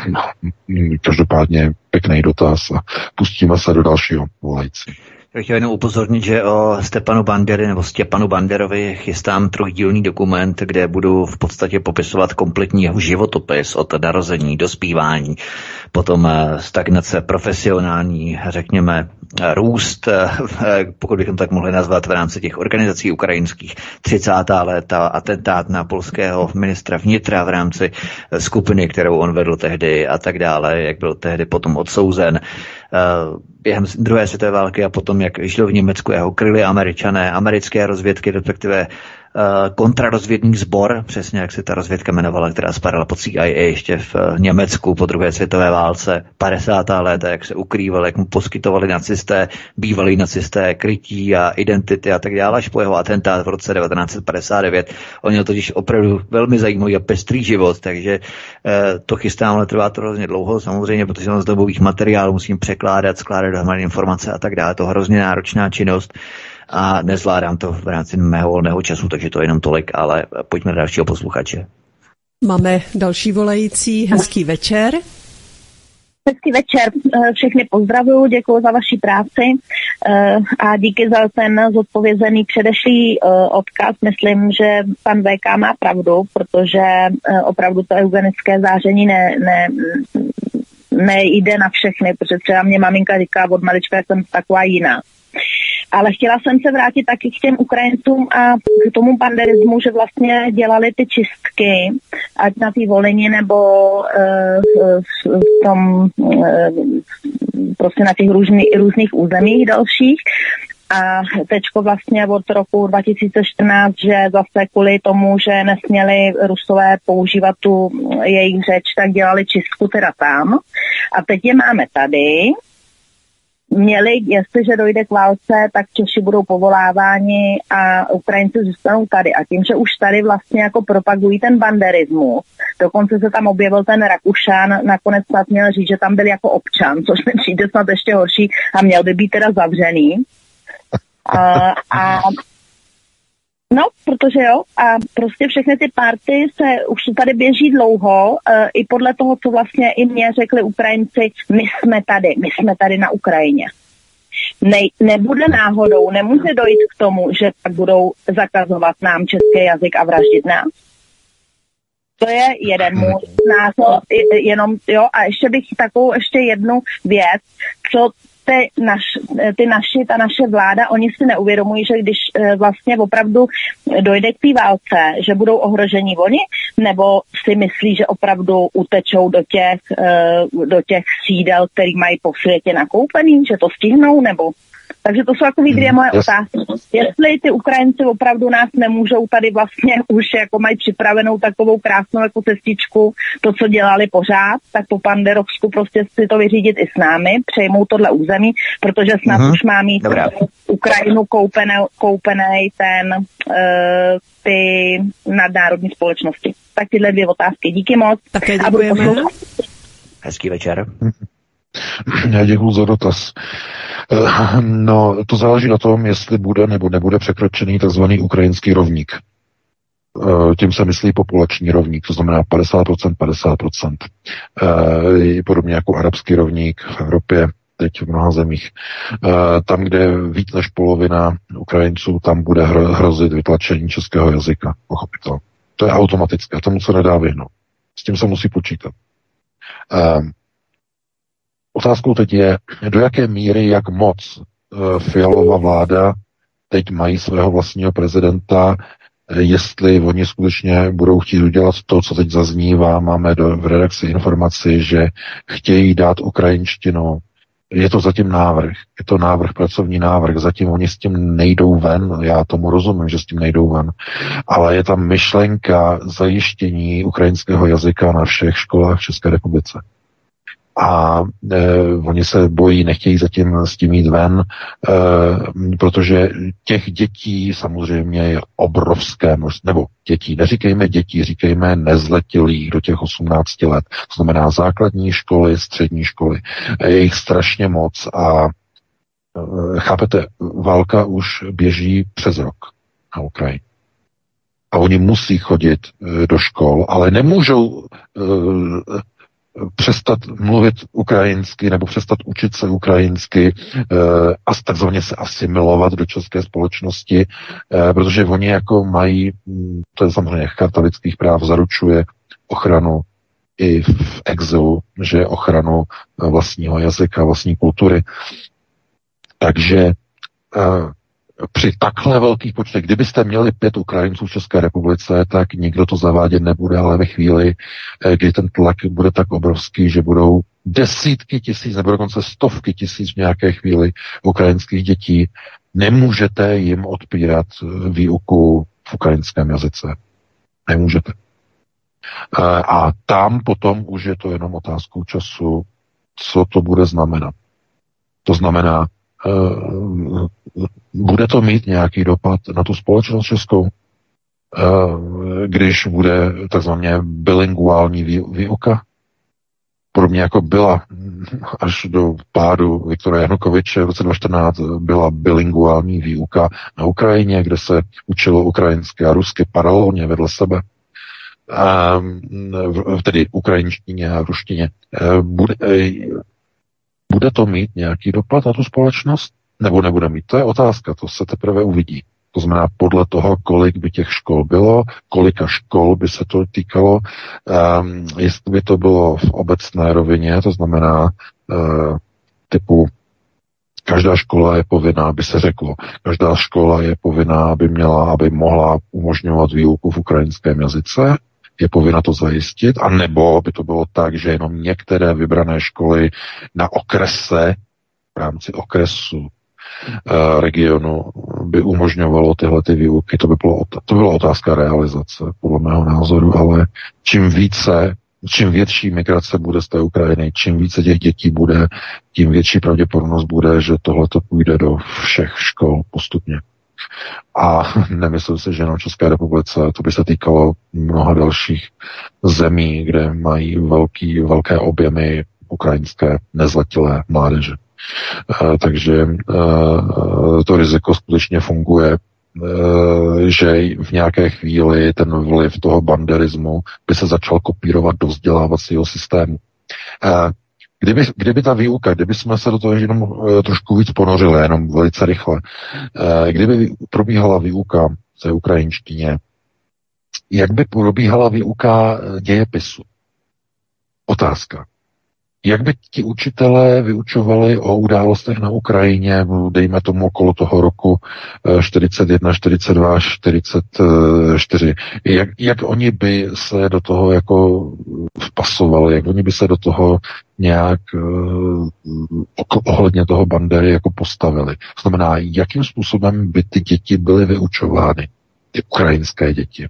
Každopádně pěkný dotaz a pustíme se do dalšího volající. Já chtěl jenom upozornit, že o Stěpanu Banderovi chystám 3dílný dokument, kde budu v podstatě popisovat kompletní jeho životopis od narození, dospívání, potom stagnace profesionální, řekněme, růst, pokud bychom tak mohli nazvat v rámci těch organizací ukrajinských, 30. léta, atentát na polského ministra vnitra v rámci skupiny, kterou on vedl tehdy a tak dále, jak byl tehdy potom odsouzen během druhé světové války a potom, jak žil v Německu, jeho kryli Američané, americké rozvědky, respektive kontrarozvědný sbor, přesně jak se ta rozvědka jmenovala, která spadala pod CIA ještě v Německu po druhé světové válce, 50. léta, jak se ukrýval, jak mu poskytovali nacisté, bývalí nacisté, krytí a identity a tak dále, až po jeho atentát v roce 1959. On měl totiž opravdu velmi zajímavý a pestrý život, takže to chystám, ale trvá to hrozně dlouho, samozřejmě, protože on z dobových materiálů musím překládat, skládat dohromady informace a tak dále. To hrozně náročná činnost a nezvládám to v rámci mého volného času, takže to je jenom tolik, ale pojďme na dalšího posluchače. Máme další volající. Hezký večer. Hezký večer. Všechny pozdravuju, děkuji za vaši práci a díky za ten zodpovězený předešlý odkaz. Myslím, že pan VK má pravdu, protože opravdu to eugenické záření nejde na všechny, protože třeba mě maminka říká od malička, jsem taková jiná. Ale chtěla jsem se vrátit taky k těm Ukrajincům a k tomu banderismu, že vlastně dělali ty čistky, ať na té Volyni nebo v tom prostě na těch různých územích dalších. A teďko vlastně od roku 2014, že zase kvůli tomu, že nesměli Rusové používat tu jejich řeč, tak dělali čistku teda tam. A teď je máme tady. Jestliže dojde k válce, tak Češi budou povoláváni a Ukrajinci zůstanou tady. A tím, že už tady vlastně jako propagují ten banderismus, dokonce se tam objevil ten Rakušan, nakonec snad měl říct, že tam byl jako občan, což mi přijde snad ještě horší a měl by být teda zavřený. No, protože jo, a prostě všechny ty party už tady běží dlouho, i podle toho, co vlastně i mě řekli Ukrajinci, my jsme tady na Ukrajině. Nebude náhodou, nemůže dojít k tomu, že tak budou zakazovat nám český jazyk a vraždit nás. To je jeden můj názor, jenom, jo, a ještě bych ještě jednu věc, co ta naše vláda, oni si neuvědomují, že když vlastně opravdu dojde k té válce, že budou ohroženi oni, nebo si myslí, že opravdu utečou do těch sídel, který mají po světě nakoupený, že to stihnou, nebo... Takže to jsou takový dvě moje otázky. Jestli ty Ukrajinci opravdu nás nemůžou tady vlastně už jako mají připravenou takovou krásnou jako cestičku, to, co dělali pořád, tak po panderovsku prostě si to vyřídit i s námi, přejmou tohle území, protože snad už má mít Ukrajinu koupenej ty nadnárodní společnosti. Tak tyhle dvě otázky. Díky moc. Také děkujeme. Hezký večer. Já děkuju za dotaz. No, to záleží na tom, jestli bude nebo nebude překročený takzvaný ukrajinský rovník. Tím se myslí populační rovník, to znamená 50%. Podobně jako arabský rovník v Evropě, teď v mnoha zemích. Tam, kde je víc než polovina Ukrajinců, tam bude hrozit vytlačení českého jazyka, pochopitelně. To je automatické, tomu se nedá vyhnout. S tím se musí počítat. Otázkou teď je, do jaké míry, jak moc Fialova vláda teď mají svého vlastního prezidenta, jestli oni skutečně budou chtít udělat to, co teď zaznívá. Máme v redakci informaci, že chtějí dát ukrajinštinu. Je to zatím návrh. Je to pracovní návrh. Zatím oni s tím nejdou ven. Já tomu rozumím, že s tím nejdou ven. Ale je tam myšlenka zajištění ukrajinského jazyka na všech školách v České republice. A oni se bojí, nechtějí zatím s tím jít ven, protože těch dětí samozřejmě je obrovské množství, nebo dětí, neříkejme dětí, říkejme nezletilých do těch 18 let. To znamená základní školy, střední školy. Je jich strašně moc a chápete, válka už běží přes rok na Ukrajině. A oni musí chodit do škol, ale nemůžou přestat mluvit ukrajinsky nebo přestat učit se ukrajinsky a takzvaně se asimilovat do české společnosti, protože oni jako mají, to je samozřejmě Charta lidských práv, zaručuje ochranu i v exilu, že ochranu vlastního jazyka, vlastní kultury. Takže při takhle velkých počtech, kdybyste měli 5 Ukrajinců v České republice, tak nikdo to zavádět nebude, ale ve chvíli, kdy ten tlak bude tak obrovský, že budou desítky tisíc nebo dokonce stovky tisíc v nějaké chvíli ukrajinských dětí, nemůžete jim odpírat výuku v ukrajinském jazyce. Nemůžete. A tam potom už je to jenom otázkou času, co to bude znamenat. To znamená, bude to mít nějaký dopad na tu společnost českou, když bude takzvaně bilinguální výuka? Podobně jako byla až do pádu Viktora Janukovyče v roce 2014 byla bilinguální výuka na Ukrajině, kde se učilo ukrajinsky a rusky paralelně vedle sebe. Tedy ukrajinštině a ruštině. Bude to mít nějaký dopad na tu společnost? Nebo nebude mít? To je otázka, to se teprve uvidí. To znamená podle toho, kolik by těch škol bylo, kolika škol by se to týkalo, jestli by to bylo v obecné rovině, to znamená typu každá škola je povinná, aby se řeklo, každá škola je povinná, aby mohla umožňovat výuku v ukrajinském jazyce, je povinna to zajistit, a nebo by to bylo tak, že jenom některé vybrané školy na okrese, v rámci okresu regionu by umožňovalo tyhle ty výuky. To byla otázka realizace, podle mého názoru, ale čím větší migrace bude z té Ukrajiny, čím více těch dětí bude, tím větší pravděpodobnost bude, že tohle to půjde do všech škol postupně. A nemyslím si, že na České republice, to by se týkalo mnoha dalších zemí, kde mají velké objemy ukrajinské nezletilé mládeže. Takže to riziko skutečně funguje, že v nějaké chvíli ten vliv toho banderismu by se začal kopírovat do vzdělávacího systému. Kdyby ta výuka, kdyby jsme se do toho jenom trošku víc ponořili, jenom velice rychle, kdyby probíhala výuka v té ukrajinštině, jak by probíhala výuka dějepisu? Otázka. Jak by ti učitelé vyučovali o událostech na Ukrajině, dejme tomu okolo toho roku 41, 42, 44. Jak oni by se do toho jako vpasovali, jak oni by se do toho nějak ohledně toho Bandery jako postavili. To znamená, jakým způsobem by ty děti byly vyučovány, ty ukrajinské děti.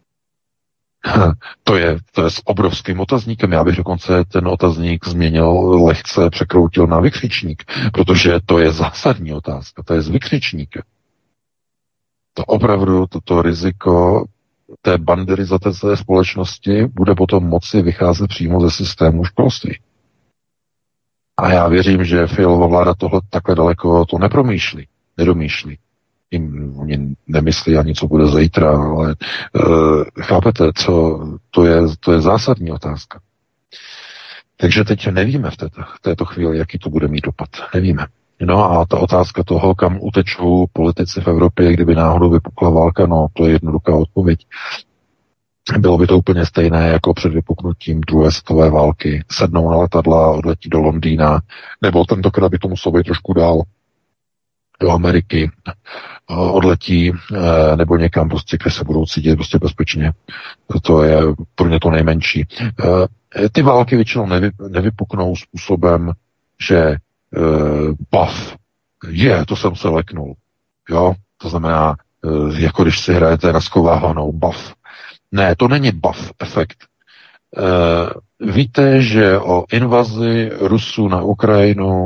To je s obrovským otazníkem. Já bych dokonce ten otazník změnil, lehce překroutil na vykřičník, protože to je zásadní otázka, to je z vykřičníka. To opravdu, toto riziko té banderizace společnosti bude potom moci vycházet přímo ze systému školství. A já věřím, že Fialova vláda tohle takhle daleko to nedomýšlí. Oni nemyslí ani, co bude zítra, ale chápete, to je zásadní otázka. Takže teď nevíme v této chvíli, jaký to bude mít dopad. Nevíme. No a ta otázka toho, kam utečou politici v Evropě, kdyby náhodou vypukla válka, no to je jednoduchá odpověď. Bylo by to úplně stejné jako před vypuknutím druhé světové války. Sednou na letadla, odletí do Londýna, nebo tentokrát by to muselo být trošku dál do Ameriky, odletí nebo někam prostě, kde se budou cítit prostě bezpečně. To je pro ně to nejmenší. Ty války většinou nevypuknou způsobem, že buff, to jsem se leknul. Jo? To znamená, jako když si hrajete na schovávanou buff. Ne, to není buff efekt. Víte, že o invazi Rusů na Ukrajinu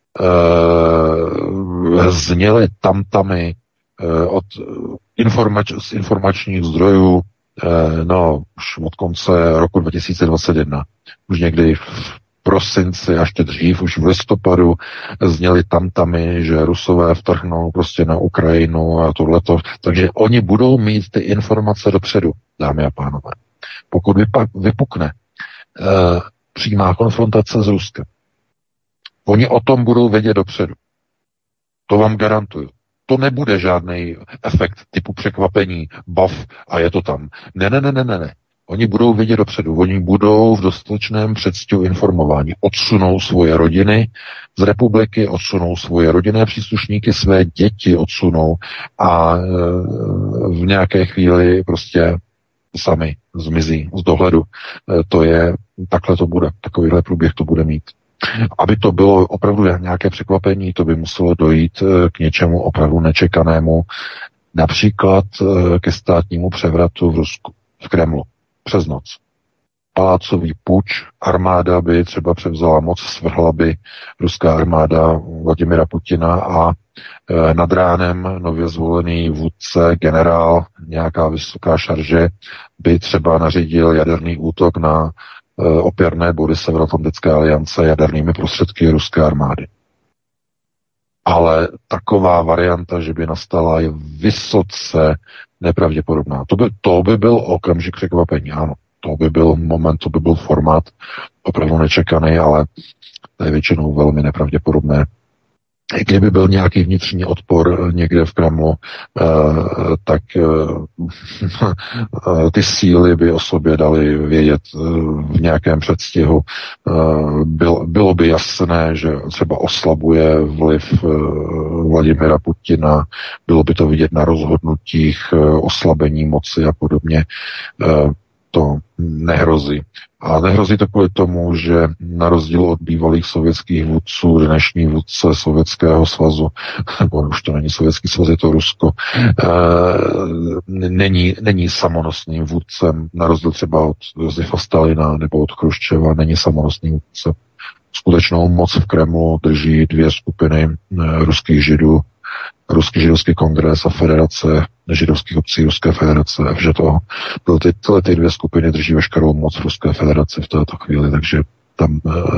zněly tamtamy z informačních zdrojů už od konce roku 2021. Už někdy v prosinci, až dřív, už v listopadu zněly tamtamy, že Rusové vtrhnou prostě na Ukrajinu a tohleto. Takže oni budou mít ty informace dopředu, dámy a pánové. Pokud vypukne přímá konfrontace s Ruskem, oni o tom budou vědět dopředu. To vám garantuju. To nebude žádný efekt typu překvapení, buff a je to tam. Ne. Oni budou vědět dopředu. Oni budou v dostatečném předstihu informování. Odsunou svoje rodiny z republiky, odsunou svoje rodinné příslušníky, své děti odsunou a v nějaké chvíli prostě sami zmizí z dohledu. Takhle to bude. Takovýhle průběh to bude mít. Aby to bylo opravdu nějaké překvapení, to by muselo dojít k něčemu opravdu nečekanému, například ke státnímu převratu v Rusku, v Kremlu, přes noc. Palácový puč, armáda by třeba převzala moc, svrhla by ruská armáda Vladimira Putina a nad ránem nově zvolený vůdce, generál, nějaká vysoká šarže, by třeba nařídil jaderný útok na opěrné body Severoatlantické aliance jadernými prostředky ruské armády. Ale taková varianta, že by nastala, je vysoce nepravděpodobná. To by byl okamžik překvapení, ano. To by byl moment, to by byl formát opravdu nečekaný, ale to je většinou velmi nepravděpodobné. Kdyby byl nějaký vnitřní odpor někde v Kremlu, tak ty síly by o sobě dali vědět v nějakém předstihu. Bylo by jasné, že třeba oslabuje vliv Vladimira Putina, bylo by to vidět na rozhodnutích, oslabení moci a podobně. To nehrozí. A nehrozí to kvůli tomu, že na rozdíl od bývalých sovětských vůdců, dnešní vůdce Sovětského svazu, nebo už to není Sovětský svaz, je to Rusko, není samonosným vůdcem, na rozdíl třeba od Josefa Stalina nebo od Chruščeva, není samonosným vůdcem. Skutečnou moc v Kremlu drží dvě skupiny ruských židů, Ruský židovský kongres a Federace židovských obcí Ruské federace, že tyhle ty dvě skupiny drží veškerou moc Ruské federace v této chvíli, takže tam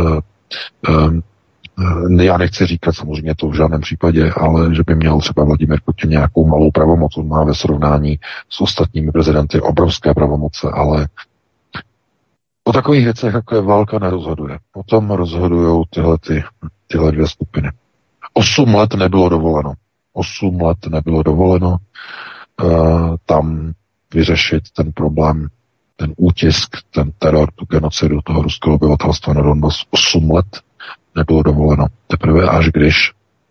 já nechci říkat samozřejmě to v žádném případě, ale že by měl třeba Vladimír Putin nějakou malou pravomoc, on má ve srovnání s ostatními prezidenty obrovské pravomoce, ale o takových věcech, jako je válka, nerozhoduje. Potom rozhodují tyhle dvě skupiny. 8 let nebylo dovoleno. 8 let nebylo dovoleno tam vyřešit ten problém, ten útisk, ten teror, tu genocidu toho ruského obyvatelstva na Donbas. 8 let nebylo dovoleno. Teprve až když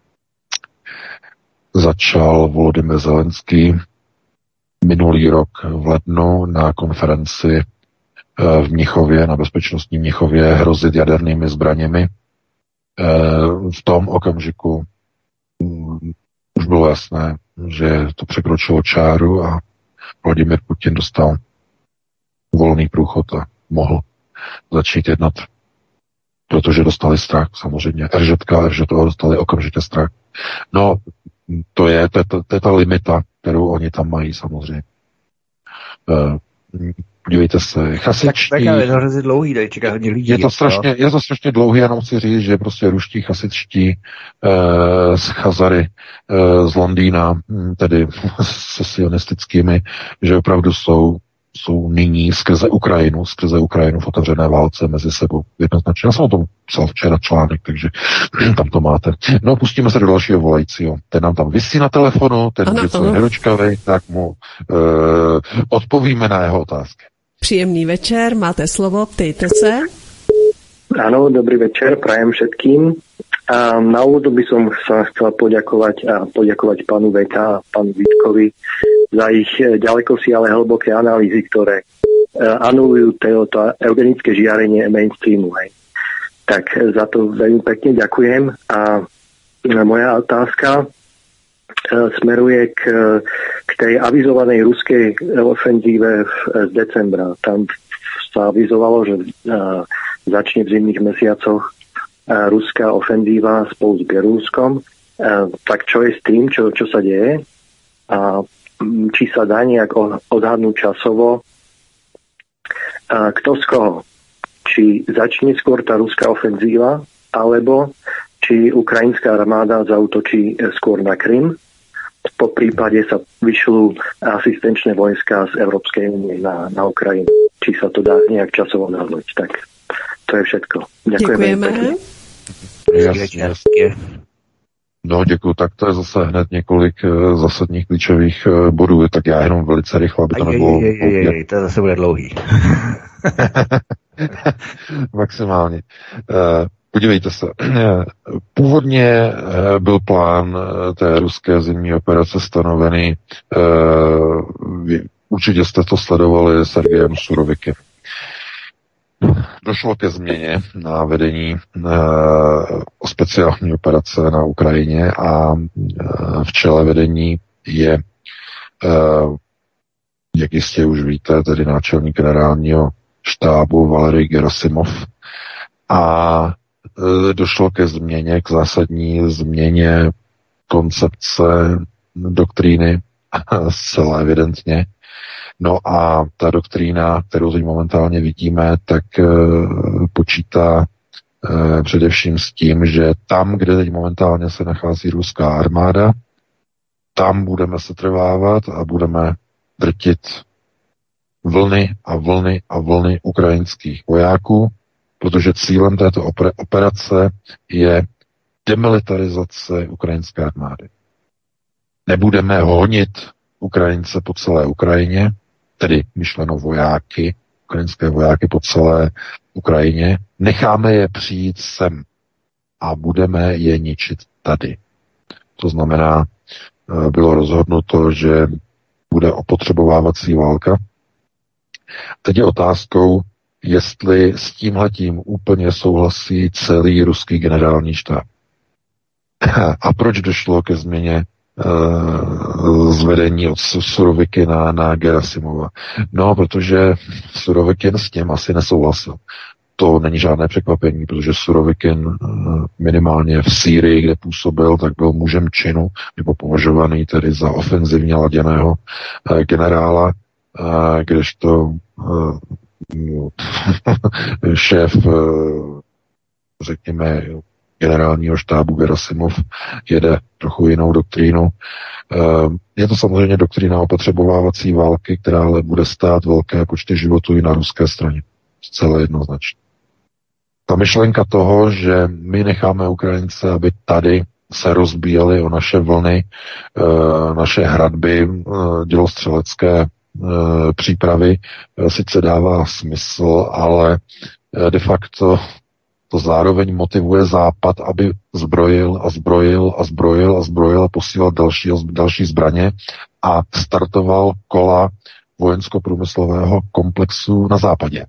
začal Volodymyr Zelenský minulý rok v lednu na konferenci v Mnichově, na bezpečnostní Mnichově, hrozit jadernými zbraněmi. V tom okamžiku už bylo jasné, že to překročilo čáru a Vladimír Putin dostal volný průchod a mohl začít jednat, protože dostali strach samozřejmě. RŽTO dostali okamžitě strach. No, to je ta limita, kterou oni tam mají samozřejmě. Podívejte se, chasičtí... Tak je to hrozně dlouhý, tady čeká hodně lidí. Je to strašně dlouhý, jenom chci říct, že prostě ruští chasičtí z Chazary z Londýna, tedy se sionistickými, že opravdu jsou nyní skrze Ukrajinu v otevřené válce mezi sebou. Jednoznačně. Já jsem o tom psal včera článek, takže tam to máte. No, pustíme se do dalšího volajícího. Ten nám tam visí na telefonu, ten je co nedočkavý, tak mu odpovíme na jeho otázky. Příjemný večer, máte slovo, ptejte se. Áno, dobrý večer, prajem všetkým. A na úvod by som sa chcel poďakovať pánu VK a pánu Vítkovi za ich ďalekosiahle hlboké analýzy, ktoré anulujú to eugenické žiarenie mainstreamu. Hej. Tak za to veľmi pekne ďakujem. A moja otázka smeruje k tej avizovanej ruskej ofenzíve z decembra. Tam sa avizovalo, že začne v zimných mesiacoch ruská ofenzíva spolu s Bieloruskom. Tak čo je s tým, čo sa deje? A či sa dá nejak odhadnúť časovo, kto z koho? Či začne skôr tá ruská ofenzíva, alebo či ukrajinská armáda zaútočí skôr na Krym. Po prípade sa vyšľú asistenčné vojská z Európskej únie na Ukrajinu. Či sa to dá nejak časovo odhadnúť. Tak to je všetko. Děkujeme. Jasně. No, děkuji. Tak to je zase hned několik zásadních klíčových bodů. Tak já jenom velice rychle, aby to nebylo... To zase bude dlouhý. Maximálně. Podívejte se. Původně byl plán té ruské zimní operace stanovený, určitě jste to sledovali, Sergejem Surovikem. Došlo ke změně na vedení speciální operace na Ukrajině a v čele vedení je, jak jistě už víte, tedy náčelník generálního štábu Valerij Gerasimov a došlo ke změně, k zásadní změně koncepce doktríny, zcela evidentně. No a ta doktrína, kterou teď momentálně vidíme, tak počítá především s tím, že tam, kde teď momentálně se nachází ruská armáda, tam budeme setrvávat a budeme drtit vlny a vlny a vlny ukrajinských vojáků, protože cílem této operace je demilitarizace ukrajinské armády. Nebudeme honit Ukrajince po celé Ukrajině, tedy myšleno vojáky, ukrajinské vojáky po celé Ukrajině, necháme je přijít sem a budeme je ničit tady. To znamená, bylo rozhodnuto, že bude opotřebovávací válka. Teď je otázkou, jestli s tímhletím úplně souhlasí celý ruský generální štáb. A proč došlo ke změně zvedení od Surovikina na Gerasimova? No, protože Surovikin s tím asi nesouhlasil. To není žádné překvapení, protože Surovikin minimálně v Sýrii, kde působil, tak byl mužem činu, nebo považovaný tedy za ofenzivně laděného generála, kdežto šéf, řekněme, generálního štábu Gerasimov jede trochu jinou doktrínu. Je to samozřejmě doktrína opotřebovávací války, která ale bude stát velké počty životů i na ruské straně. Zcela jednoznačně. Ta myšlenka toho, že my necháme Ukrajince, aby tady se rozbíjeli o naše vlny, naše hradby, dělostřelecké přípravy, sice dává smysl, ale de facto to zároveň motivuje Západ, aby zbrojil a zbrojil a zbrojil a zbrojil a posílal další zbraně a startoval kola vojensko-průmyslového komplexu na západě.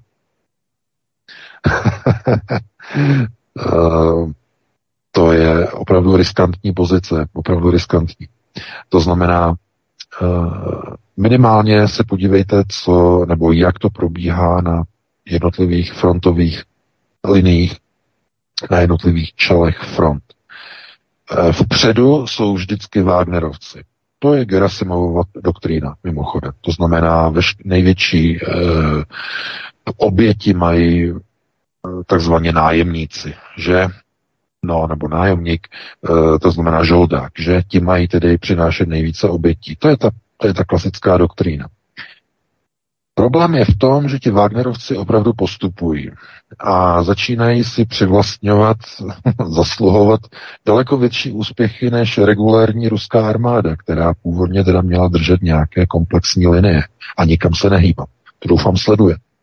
To je opravdu riskantní pozice, opravdu riskantní. To znamená, minimálně se podívejte, co nebo jak to probíhá na jednotlivých frontových liniích, na jednotlivých čelech front. Vpředu jsou vždycky Wagnerovci. To je Gerasimovova doktrína, mimochodem. To znamená, největší oběti mají takzvaně nájemníci, že? No, nebo nájemník, to znamená žoldák, že? Ti mají tedy přinášet nejvíce obětí. To je ta klasická doktrína. Problém je v tom, že ti Wagnerovci opravdu postupují a začínají si přivlastňovat, zasluhovat daleko větší úspěchy než regulérní ruská armáda, která původně teda měla držet nějaké komplexní linie a nikam se nehýbat. To doufám sleduje.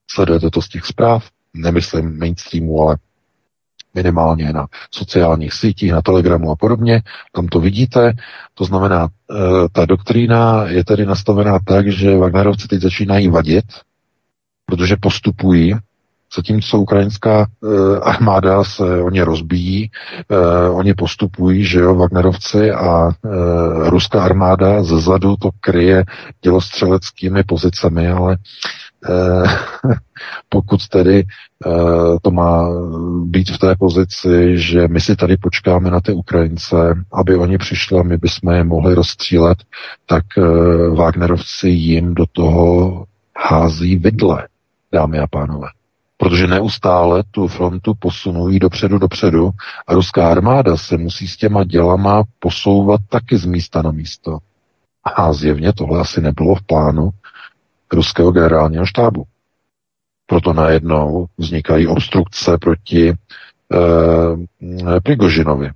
Sledujete to z těch zpráv, nemyslím mainstreamu, ale minimálně na sociálních sítích, na Telegramu a podobně, tam to vidíte, to znamená, ta doktrína je tedy nastavená tak, že Wagnerovci teď začínají vadit, protože postupují, zatímco ukrajinská armáda se o ně rozbíjí, oni postupují, že jo, Wagnerovci a ruská armáda zezadu to kryje dělostřeleckými pozicemi, ale pokud tedy to má být v té pozici, že my si tady počkáme na ty Ukrajince, aby oni přišli a my bychom je mohli rozstřílet, tak Wagnerovci jim do toho hází vidle, dámy a pánové. Protože neustále tu frontu posunují dopředu a ruská armáda se musí s těma dělama posouvat taky z místa na místo. A zjevně tohle asi nebylo v plánu ruského generálního štábu. Proto najednou vznikají obstrukce proti Prigožinovi.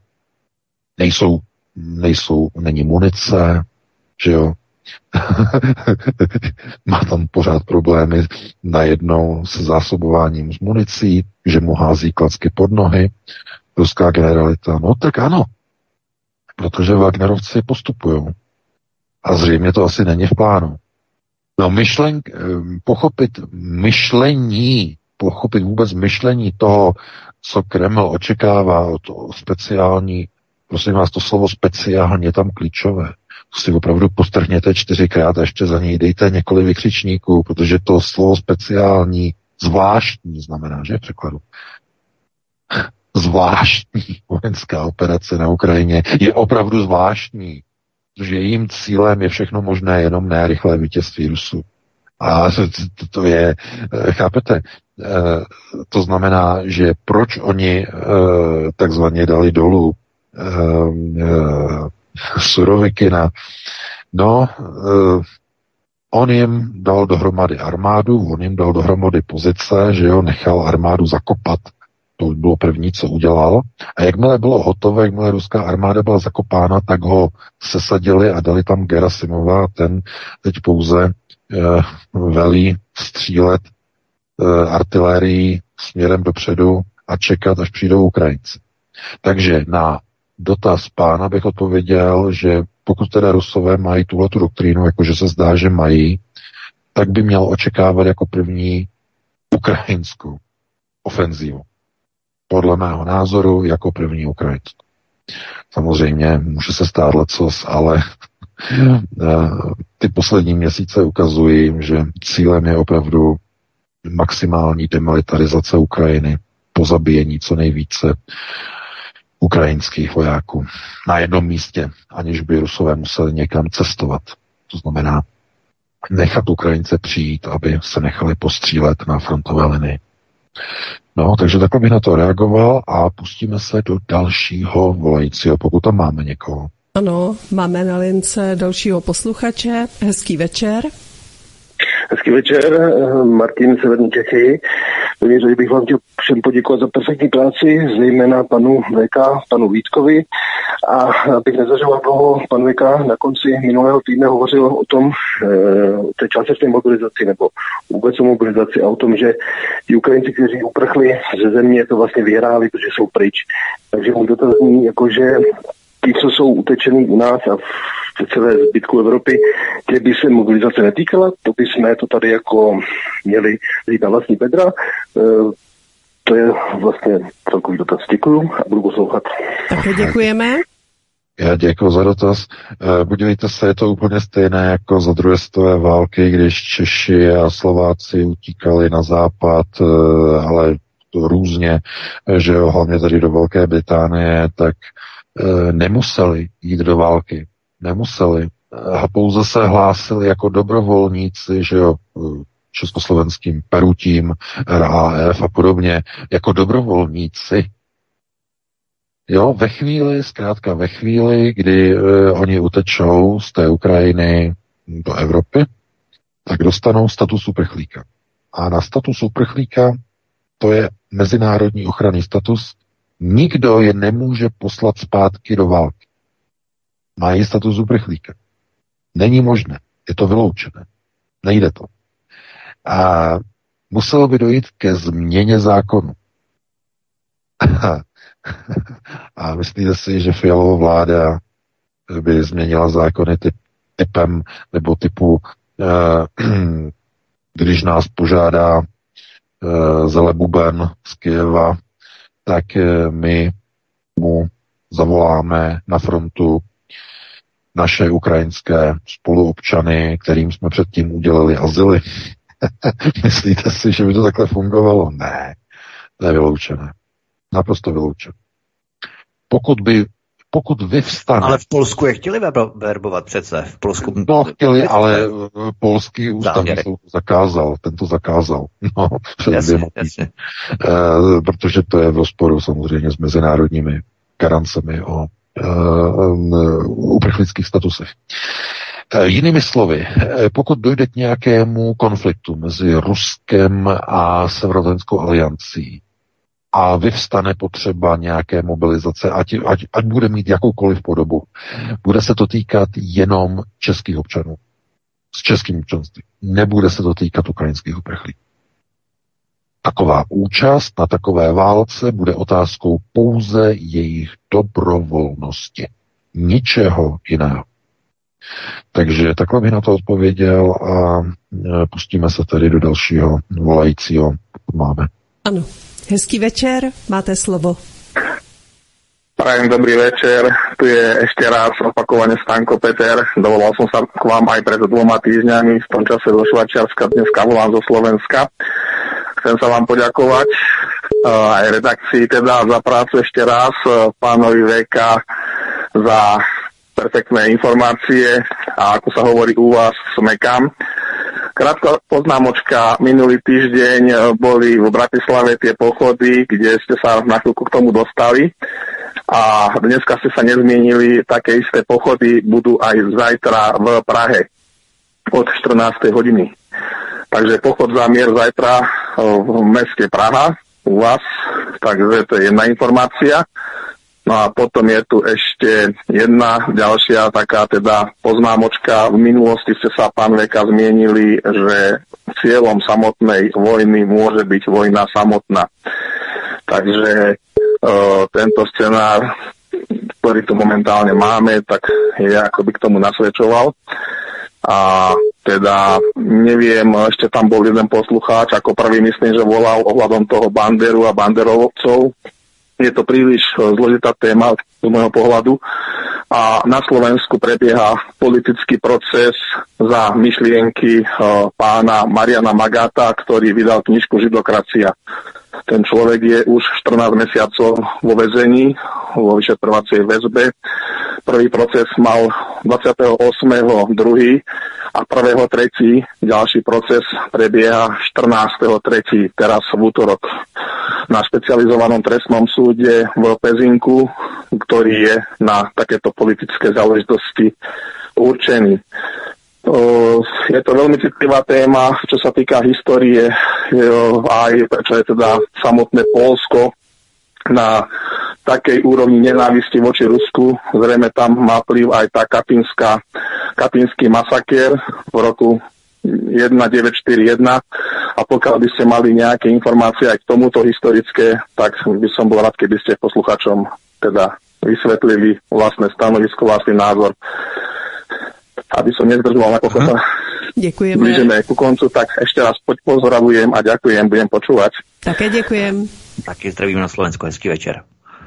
Není munice, že jo. Má tam pořád problémy najednou se zásobováním s municí, že mu hází klacky pod nohy. Ruská generalita, no tak ano, protože Wagnerovci postupují. A zřejmě to asi není v plánu. No pochopit vůbec myšlení toho, co Kreml očekává od speciální, prosím vás, to slovo speciálně je tam klíčové. To si opravdu postrhněte 4krát a ještě za něj dejte několik vykřičníků, protože to slovo speciální, zvláštní znamená, že v překladu. Zvláštní vojenská operace na Ukrajině je opravdu zvláštní, protože jejím cílem je všechno možné, jenom ne rychlé vítězství Rusů. A to je, chápete, to znamená, že proč oni takzvaně dali dolů Surovikina, no, on jim dal dohromady armádu, on jim dal dohromady pozice, že jo, nechal armádu zakopat, to bylo první, co udělal, a jakmile bylo hotové, jakmile ruská armáda byla zakopána, tak ho sesadili a dali tam Gerasimova, ten teď pouze velí střílet artilérii směrem dopředu a čekat, až přijdou Ukrajinci. Takže na dotaz pána bych odpověděl, že pokud teda Rusové mají tuhletu doktrínu, jakože se zdá, že mají, tak by měl očekávat jako první ukrajinskou ofenzívu. Podle mého názoru jako první ukrajinskou. Samozřejmě může se stát lecos, ale ty poslední měsíce ukazují, že cílem je opravdu maximální demilitarizace Ukrajiny, pozabíjení co nejvíce ukrajinských vojáků na jednom místě, aniž by Rusové museli někam cestovat. To znamená nechat Ukrajince přijít, aby se nechali postřílet na frontové linii. No, takže takhle bych na to reagoval a pustíme se do dalšího volajícího, pokud tam máme někoho. Ano, máme na lince dalšího posluchače. Hezký večer. Hezký večer, Martin, Severní Čechy. Že bych vám chtěl všem poděkovat za perfektní práci, zejména panu VK, panu Vítkovi. A abych nezažoval dlouho, pan VK na konci minulého týdne hovořil o tom, té částečné mobilizaci nebo vůbec o mobilizaci a o tom, že ti Ukrajinci, kteří uprchli ze země, to vlastně vyhráli, protože jsou pryč. Takže můj dotaz zní, jakože ti, co jsou utečení u nás a v celé zbytku Evropy, kde by se mobilizace netýkala, to by jsme to tady jako měli říct na vlastní bedra. To je vlastně celkový dotaz. Děkuju a budu poslouchat. Také děkujeme. Já děkuji za dotaz. Podívejte se, je to úplně stejné jako za druhé světové války, když Češi a Slováci utíkali na západ, ale to různě, že jo, hlavně tady do Velké Británie, tak nemuseli jít do války. Nemuseli. A pouze se hlásili jako dobrovolníci, že jo, československým Perutím, RAF a podobně, jako dobrovolníci. Jo, zkrátka ve chvíli, kdy oni utečou z té Ukrajiny do Evropy, tak dostanou status uprchlíka. A na status uprchlíka, to je mezinárodní ochranný status, nikdo je nemůže poslat zpátky do války. Mají status uprchlíka. Není možné. Je to vyloučené. Nejde to. A muselo by dojít ke změně zákonu. A myslíte si, že Fialova vláda by změnila zákony typem nebo typu, když nás požádá Zelebuben z Kyjeva, tak my mu zavoláme na frontu naše ukrajinské spoluobčany, kterým jsme předtím udělali azyly. Myslíte si, že by to takhle fungovalo? Ne, to je vyloučené. Naprosto vyloučené. Pokud vyvstane... Ale v Polsku je chtěli verbovat přece. V Polsku... No, chtěli, ale polský ústavní soud zakázal. Ten to zakázal. No, jasně. Protože to je v rozporu samozřejmě s mezinárodními garancemi o uprchlických statusech. Jinými slovy, pokud dojde k nějakému konfliktu mezi Ruskem a Severoatlantickou aliancí a vyvstane potřeba nějaké mobilizace, ať bude mít jakoukoliv podobu, bude se to týkat jenom českých občanů s českým občanstvím. Nebude se to týkat ukrajinských uprchlíků. Taková účast na takové válce bude otázkou pouze jejich dobrovolnosti. Ničeho jiného. Takže takhle bych na to odpověděl a pustíme se tedy do dalšího volajícího, pokud máme. Ano. Hezký večer, máte slovo. Prajem dobrý večer, tu je ešte raz opakovane Stanko Peter. Dovolal som sa k vám aj pred 2 týždňami, v tom čase zo Švajčiarska, dneska volám zo Slovenska. Chcem sa vám poďakovať aj redakcii teda za prácu ešte raz, pánovi VK za perfektné informácie a ako sa hovorí u vás, smekam. Krátka poznámočka, minulý týždeň boli v Bratislave tie pochody, kde ste sa na chvíľku k tomu dostali a dneska ste sa nezmienili, také isté pochody budú aj zajtra v Prahe od 14. hodiny. Takže pochod za mier zajtra v meste Praha u vás, takže to je jedna informácia. No a potom je tu ešte jedna ďalšia taká teda poznámočka. V minulosti ste sa, pán Veka, zmienili, že cieľom samotnej vojny môže byť vojna samotná. Takže tento scenár, ktorý tu momentálne máme, tak je ako by k tomu nasvedčoval. A teda neviem, ešte tam bol jeden poslucháč, ako prvý myslím, že volal ohľadom toho Banderu a banderovcov. Je to príliš zložitá téma z môjho pohľadu a na Slovensku prebieha politický proces za myšlienky pána Mariana Magáta, ktorý vydal knižku Židokracia. Ten človek je už 14 mesiacov vo väzení, vo vyšetrovacej väzbe. Prvý proces mal 28.2. a 1.3. ďalší proces prebieha 14.3. teraz v útorok na špecializovanom trestnom súde v Pezinku, ktorý je na takéto politické záležitosti určený. Je to veľmi citlivá téma, čo sa týka histórie, aj prečo je teda samotné Poľsko na takej úrovni nenávisti voči Rusku. Zrejme tam má vplyv aj tá katyňský masakér v roku 1941 a pokiaľ by ste mali nejaké informácie aj k tomuto historické, tak by som bol rád, keby ste posluchačom teda vysvetlili vlastné stanovisko, vlastný názor. Aby som nezdržoval, nakoľko sa blížime ku koncu, tak ešte raz pozdravujem a ďakujem, budem počúvať. Také děkujem. Taky zdravím na Slovensku, hezký večer.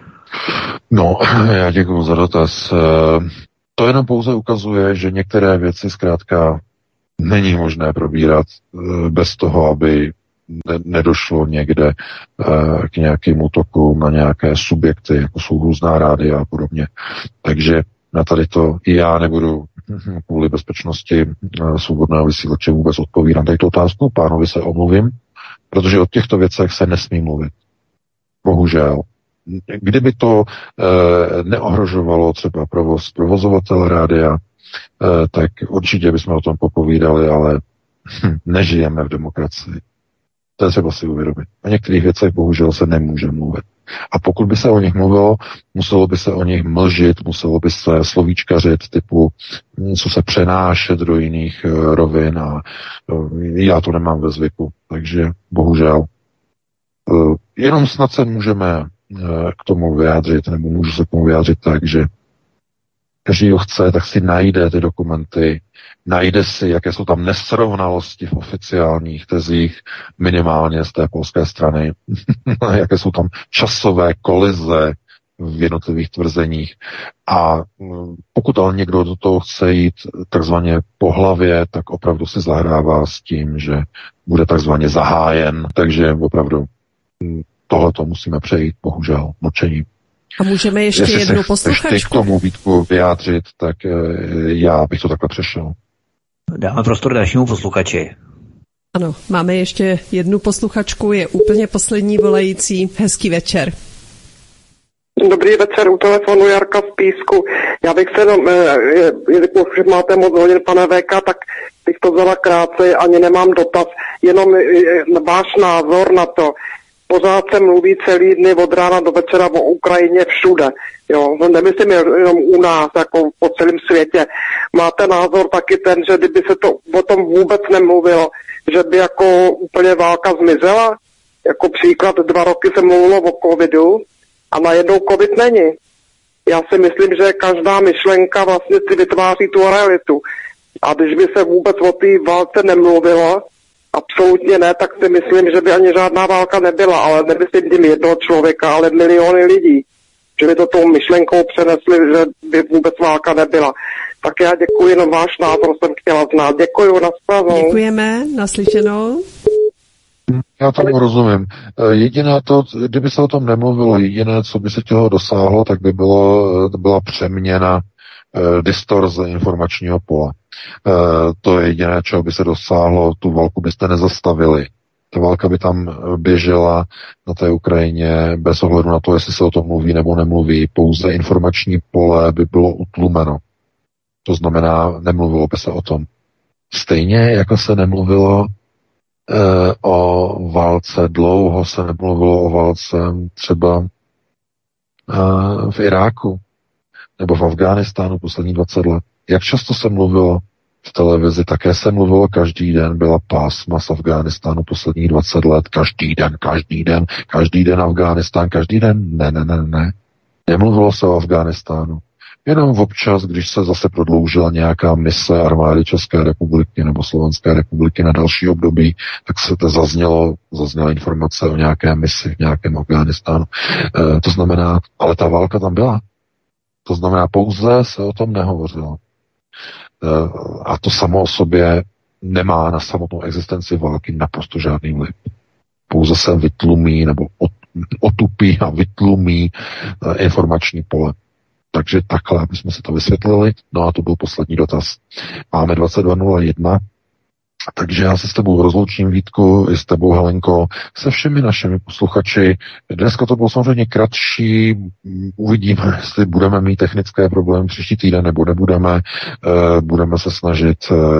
No, já děkuji za dotaz. To jenom pouze ukazuje, že některé věci zkrátka není možné probírat bez toho, aby nedošlo někde k nějakým útokům na nějaké subjekty, jako jsou různá rádia a podobně. Takže na tady to i já nebudu kvůli bezpečnosti svobodného vysílače vůbec odpovídat tady tu otázku. Pánovi se omluvím, protože o těchto věcech se nesmí mluvit. Bohužel. Kdyby to neohrožovalo třeba provozovatel rádia, tak určitě bychom o tom popovídali, ale nežijeme v demokracii. To je třeba si uvědomit. O některých věcech bohužel se nemůže mluvit. A pokud by se o nich mluvilo, muselo by se o nich mlžit, muselo by se slovíčkařit typu, co se přenášet do jiných rovin a já to nemám ve zvyku. Takže bohužel. Jenom snad se můžeme k tomu vyjádřit, nebo můžu se k tomu vyjádřit tak, že každý, kdo chce, tak si najde ty dokumenty, najde si, jaké jsou tam nesrovnalosti v oficiálních tezích, minimálně z té polské strany, jaké jsou tam časové kolize v jednotlivých tvrzeních. A pokud ale někdo do toho chce jít takzvaně po hlavě, tak opravdu si zahrává s tím, že bude takzvaně zahájen. Takže opravdu tohleto musíme přejít, bohužel, mlčení. A můžeme ještě jednu posluchačku? Ještě k tomu, Vítku, vyjádřit, tak já bych to takhle přešel. Dáme prostor dalšímu posluchači. Ano, máme ještě jednu posluchačku, je úplně poslední volající. Hezký večer. Dobrý večer, u telefonu Jarka z Písku. Já bych se jenom, jelikož máte moc hodin, pane VK, tak bych to vzala krátce, ani nemám dotaz, jenom váš názor na to. Pořád se mluví celý dny od rána do večera o Ukrajině všude. Jo, nemyslím jenom u nás, jako po celém světě. Máte názor taky ten, že kdyby se to o tom vůbec nemluvilo, že by jako úplně válka zmizela? Jako příklad 2 roky se mluvilo o covidu a najednou covid není. Já si myslím, že každá myšlenka vlastně si vytváří tu realitu. A když by se vůbec o té válce nemluvilo, absolutně ne, tak si myslím, že by ani žádná válka nebyla, ale nemyslím tím jednoho člověka, ale miliony lidí, že by to tou myšlenkou přenesli, že by vůbec válka nebyla. Tak já děkuji, jenom váš názor jsem chtěla znát. Děkuji, nashledanou. Děkujeme, naslyšenou. Já tomu rozumím. Jediné to, kdyby se o tom nemluvilo, jediné, co by se toho dosáhlo, tak by byla přeměna distorze informačního pole. To je jediné, čeho by se dosáhlo, tu válku byste nezastavili. Ta válka by tam běžela na té Ukrajině bez ohledu na to, jestli se o tom mluví nebo nemluví. Pouze informační pole by bylo utlumeno. To znamená, nemluvilo by se o tom. Stejně jako se nemluvilo o válce, dlouho se nemluvilo o válce třeba v Iráku nebo v Afghánistánu poslední 20 let. Jak často se mluvilo v televizi, také se mluvilo každý den, byla pásma z Afghánistánu posledních 20 let, každý den Afghánistán, každý den, ne. Nemluvilo se o Afghánistánu. Jenom občas, když se zase prodloužila nějaká mise armády České republiky nebo Slovenské republiky na další období, tak se to zazněla informace o nějaké misi v nějakém Afghánistánu. To znamená, ale ta válka tam byla. To znamená, pouze se o tom nehovořilo. A to samo o sobě nemá na samotnou existenci války naprosto žádný vliv. Pouze se vytlumí nebo otupí a vytlumí informační pole. Takže takhle, aby jsme si to vysvětlili. No a to byl poslední dotaz. Máme 22:01, takže já se s tebou rozloučím, Vítku, i s tebou, Helenko, se všemi našimi posluchači. Dneska to bylo samozřejmě kratší, uvidíme, jestli budeme mít technické problémy příští týden, nebo nebudeme. Budeme se snažit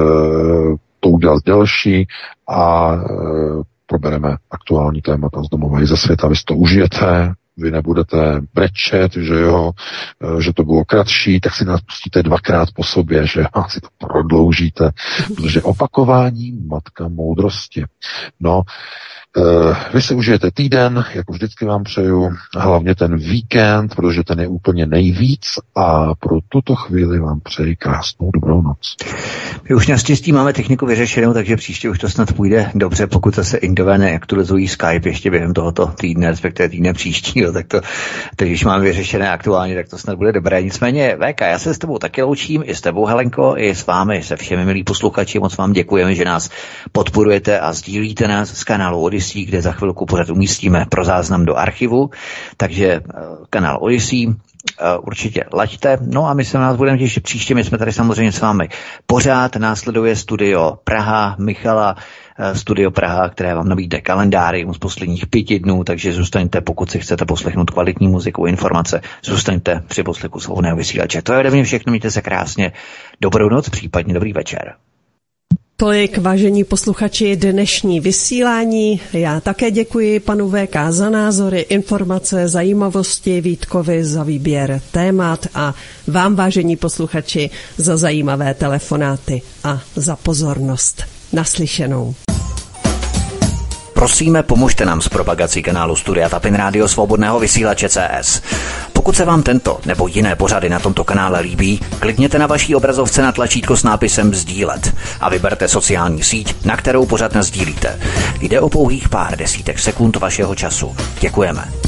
to udělat delší a probereme aktuální témata z domova i ze světa. Vy si to užijete, vy nebudete brečet, že jo, že to bylo kratší, tak si nás pustíte 2krát po sobě, že si to prodloužíte, protože opakování matka moudrosti. No, vy si užijete týden, jako vždycky vám přeju, hlavně ten víkend, protože ten je úplně nejvíc a pro tuto chvíli vám přeji krásnou dobrou noc. My už naštěstí máme techniku vyřešenou, takže příště už to snad půjde dobře, pokud se Indové neaktualizují Skype ještě během tohoto týdne, respektive týdne příštího, tak když máme vyřešené aktuálně, tak to snad bude dobré. Nicméně, VK, já se s tebou taky loučím, i s tebou, Helenko, i s vámi, se všemi milí posluchači, moc vám děkujeme, že nás podporujete a sdílíte nás z kanálu Odyssey, kde za chvilku pořád umístíme pro záznam do archivu, takže kanál Odyssey, určitě laďte. No a my se na nás budeme těšit příště, my jsme tady samozřejmě s vámi pořád, následuje Studio Praha, Michala, Studio Praha, které vám nabídne kalendárium z posledních 5 dnů, takže zůstaňte, pokud si chcete poslechnout kvalitní muziku, informace, zůstaňte při poslechu Svobodného vysílače. To je ode mě všechno, mějte se krásně, dobrou noc, případně dobrý večer. Tolik, vážení posluchači, dnešní vysílání. Já také děkuji panu VK za názory, informace, zajímavosti, Vítkovi za výběr témat a vám, vážení posluchači, za zajímavé telefonáty a za pozornost. Naslyšenou. Prosíme, pomožte nám s propagací kanálu Studia Tapin Rádio Svobodného vysílače CS. Pokud se vám tento nebo jiné pořady na tomto kanále líbí, klikněte na vaší obrazovce na tlačítko s nápisem sdílet a vyberte sociální síť, na kterou pořad nasdílíte. Jde o pouhých pár desítek sekund vašeho času. Děkujeme.